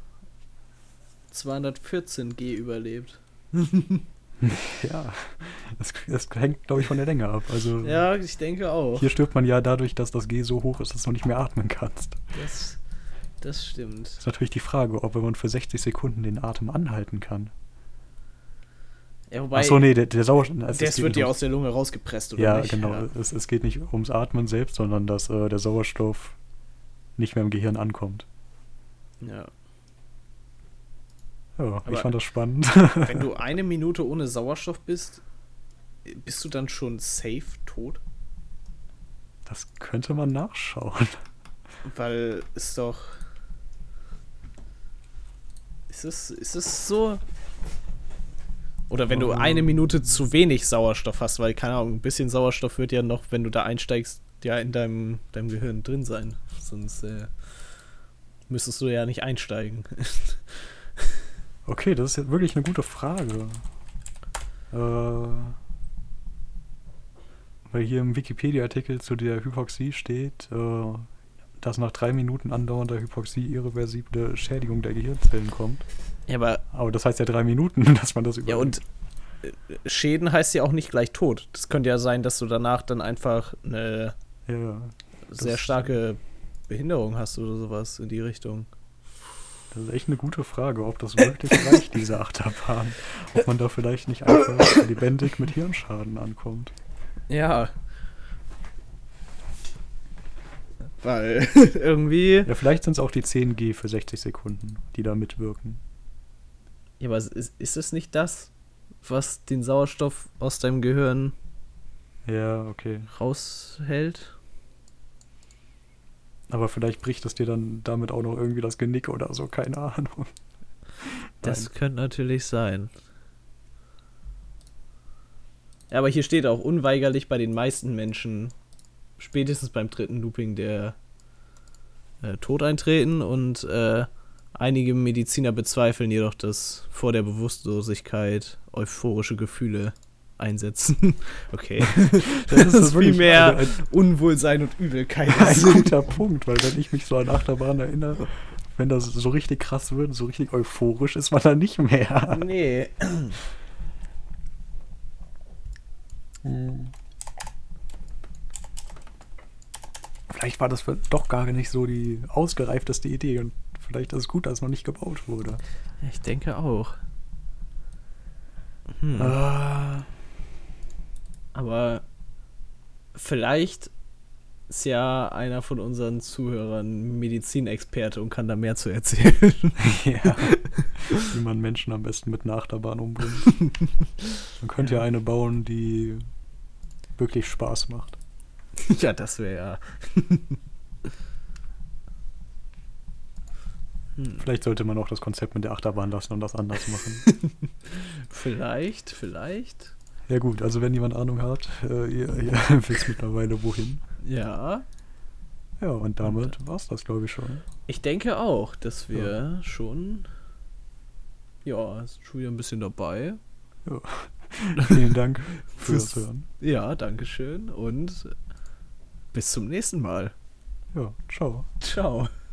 Speaker 2: 214 G überlebt.
Speaker 1: Ja, das hängt, glaube ich, von der Länge ab. Also,
Speaker 2: ja, ich denke auch.
Speaker 1: Hier stirbt man ja dadurch, dass das G so hoch ist, dass du nicht mehr atmen kannst.
Speaker 2: Das stimmt.
Speaker 1: Das ist natürlich die Frage, ob man für 60 Sekunden den Atem anhalten kann.
Speaker 2: Ja, wobei,
Speaker 1: achso, nee, der Sauerstoff...
Speaker 2: Das wird ja aus der Lunge rausgepresst, oder
Speaker 1: ja,
Speaker 2: nicht?
Speaker 1: Genau. Ja, genau. Es geht nicht ums Atmen selbst, sondern dass der Sauerstoff nicht mehr im Gehirn ankommt.
Speaker 2: Ja.
Speaker 1: Ja, ich fand das spannend.
Speaker 2: Wenn du 1 Minute ohne Sauerstoff bist du dann schon safe tot?
Speaker 1: Das könnte man nachschauen.
Speaker 2: Weil ist doch... Ist es so... Oder wenn du 1 Minute zu wenig Sauerstoff hast, weil, keine Ahnung, ein bisschen Sauerstoff wird ja noch, wenn du da einsteigst, ja in deinem Gehirn drin sein. Sonst müsstest du ja nicht einsteigen.
Speaker 1: Okay, das ist jetzt wirklich eine gute Frage. Weil hier im Wikipedia-Artikel zu der Hypoxie steht, dass nach 3 Minuten andauernder Hypoxie irreversible Schädigung der Gehirnzellen kommt.
Speaker 2: Ja,
Speaker 1: aber das heißt ja 3 Minuten, dass man das überlebt.
Speaker 2: Ja, und Schäden heißt ja auch nicht gleich tot. Das könnte ja sein, dass du danach dann einfach eine sehr starke Behinderung hast oder sowas in die Richtung.
Speaker 1: Das ist echt eine gute Frage, ob das wirklich reicht, diese Achterbahn. Ob man da vielleicht nicht einfach lebendig mit Hirnschaden ankommt.
Speaker 2: Ja. Weil irgendwie...
Speaker 1: Ja, vielleicht sind es auch die 10G für 60 Sekunden, die da mitwirken.
Speaker 2: Ja, aber ist es nicht das, was den Sauerstoff aus deinem Gehirn raushält?
Speaker 1: Aber vielleicht bricht es dir dann damit auch noch irgendwie das Genick oder so, keine Ahnung.
Speaker 2: Das könnte natürlich sein. Ja, aber hier steht auch unweigerlich bei den meisten Menschen, spätestens beim 3. Looping, der Tod eintreten und einige Mediziner bezweifeln jedoch, dass vor der Bewusstlosigkeit euphorische Gefühle einsetzen. Okay. Das ist viel mehr Unwohlsein und Übelkeit.
Speaker 1: Ein guter Punkt, weil wenn ich mich so an Achterbahn erinnere, wenn das so richtig krass wird, so richtig euphorisch, ist man dann nicht mehr.
Speaker 2: Nee.
Speaker 1: Vielleicht war das doch gar nicht so die ausgereifteste Idee und vielleicht ist es gut, dass es noch nicht gebaut wurde.
Speaker 2: Ich denke auch. Aber vielleicht ist ja einer von unseren Zuhörern Medizinexperte und kann da mehr zu erzählen.
Speaker 1: Ja. Wie man Menschen am besten mit einer Achterbahn umbringt. Man könnte ja eine bauen, die wirklich Spaß macht.
Speaker 2: Ja, das wäre ja.
Speaker 1: Vielleicht sollte man auch das Konzept mit der Achterbahn lassen und das anders machen.
Speaker 2: Vielleicht.
Speaker 1: Ja gut, also wenn jemand Ahnung hat, ihr wisst mittlerweile wohin.
Speaker 2: Ja.
Speaker 1: Ja, und damit war's das, glaube ich, schon.
Speaker 2: Ich denke auch, dass wir schon. Ja, sind schon wieder ein bisschen dabei.
Speaker 1: Ja. Vielen Dank fürs Hören.
Speaker 2: Ja, dankeschön und bis zum nächsten Mal.
Speaker 1: Ja, ciao.
Speaker 2: Ciao.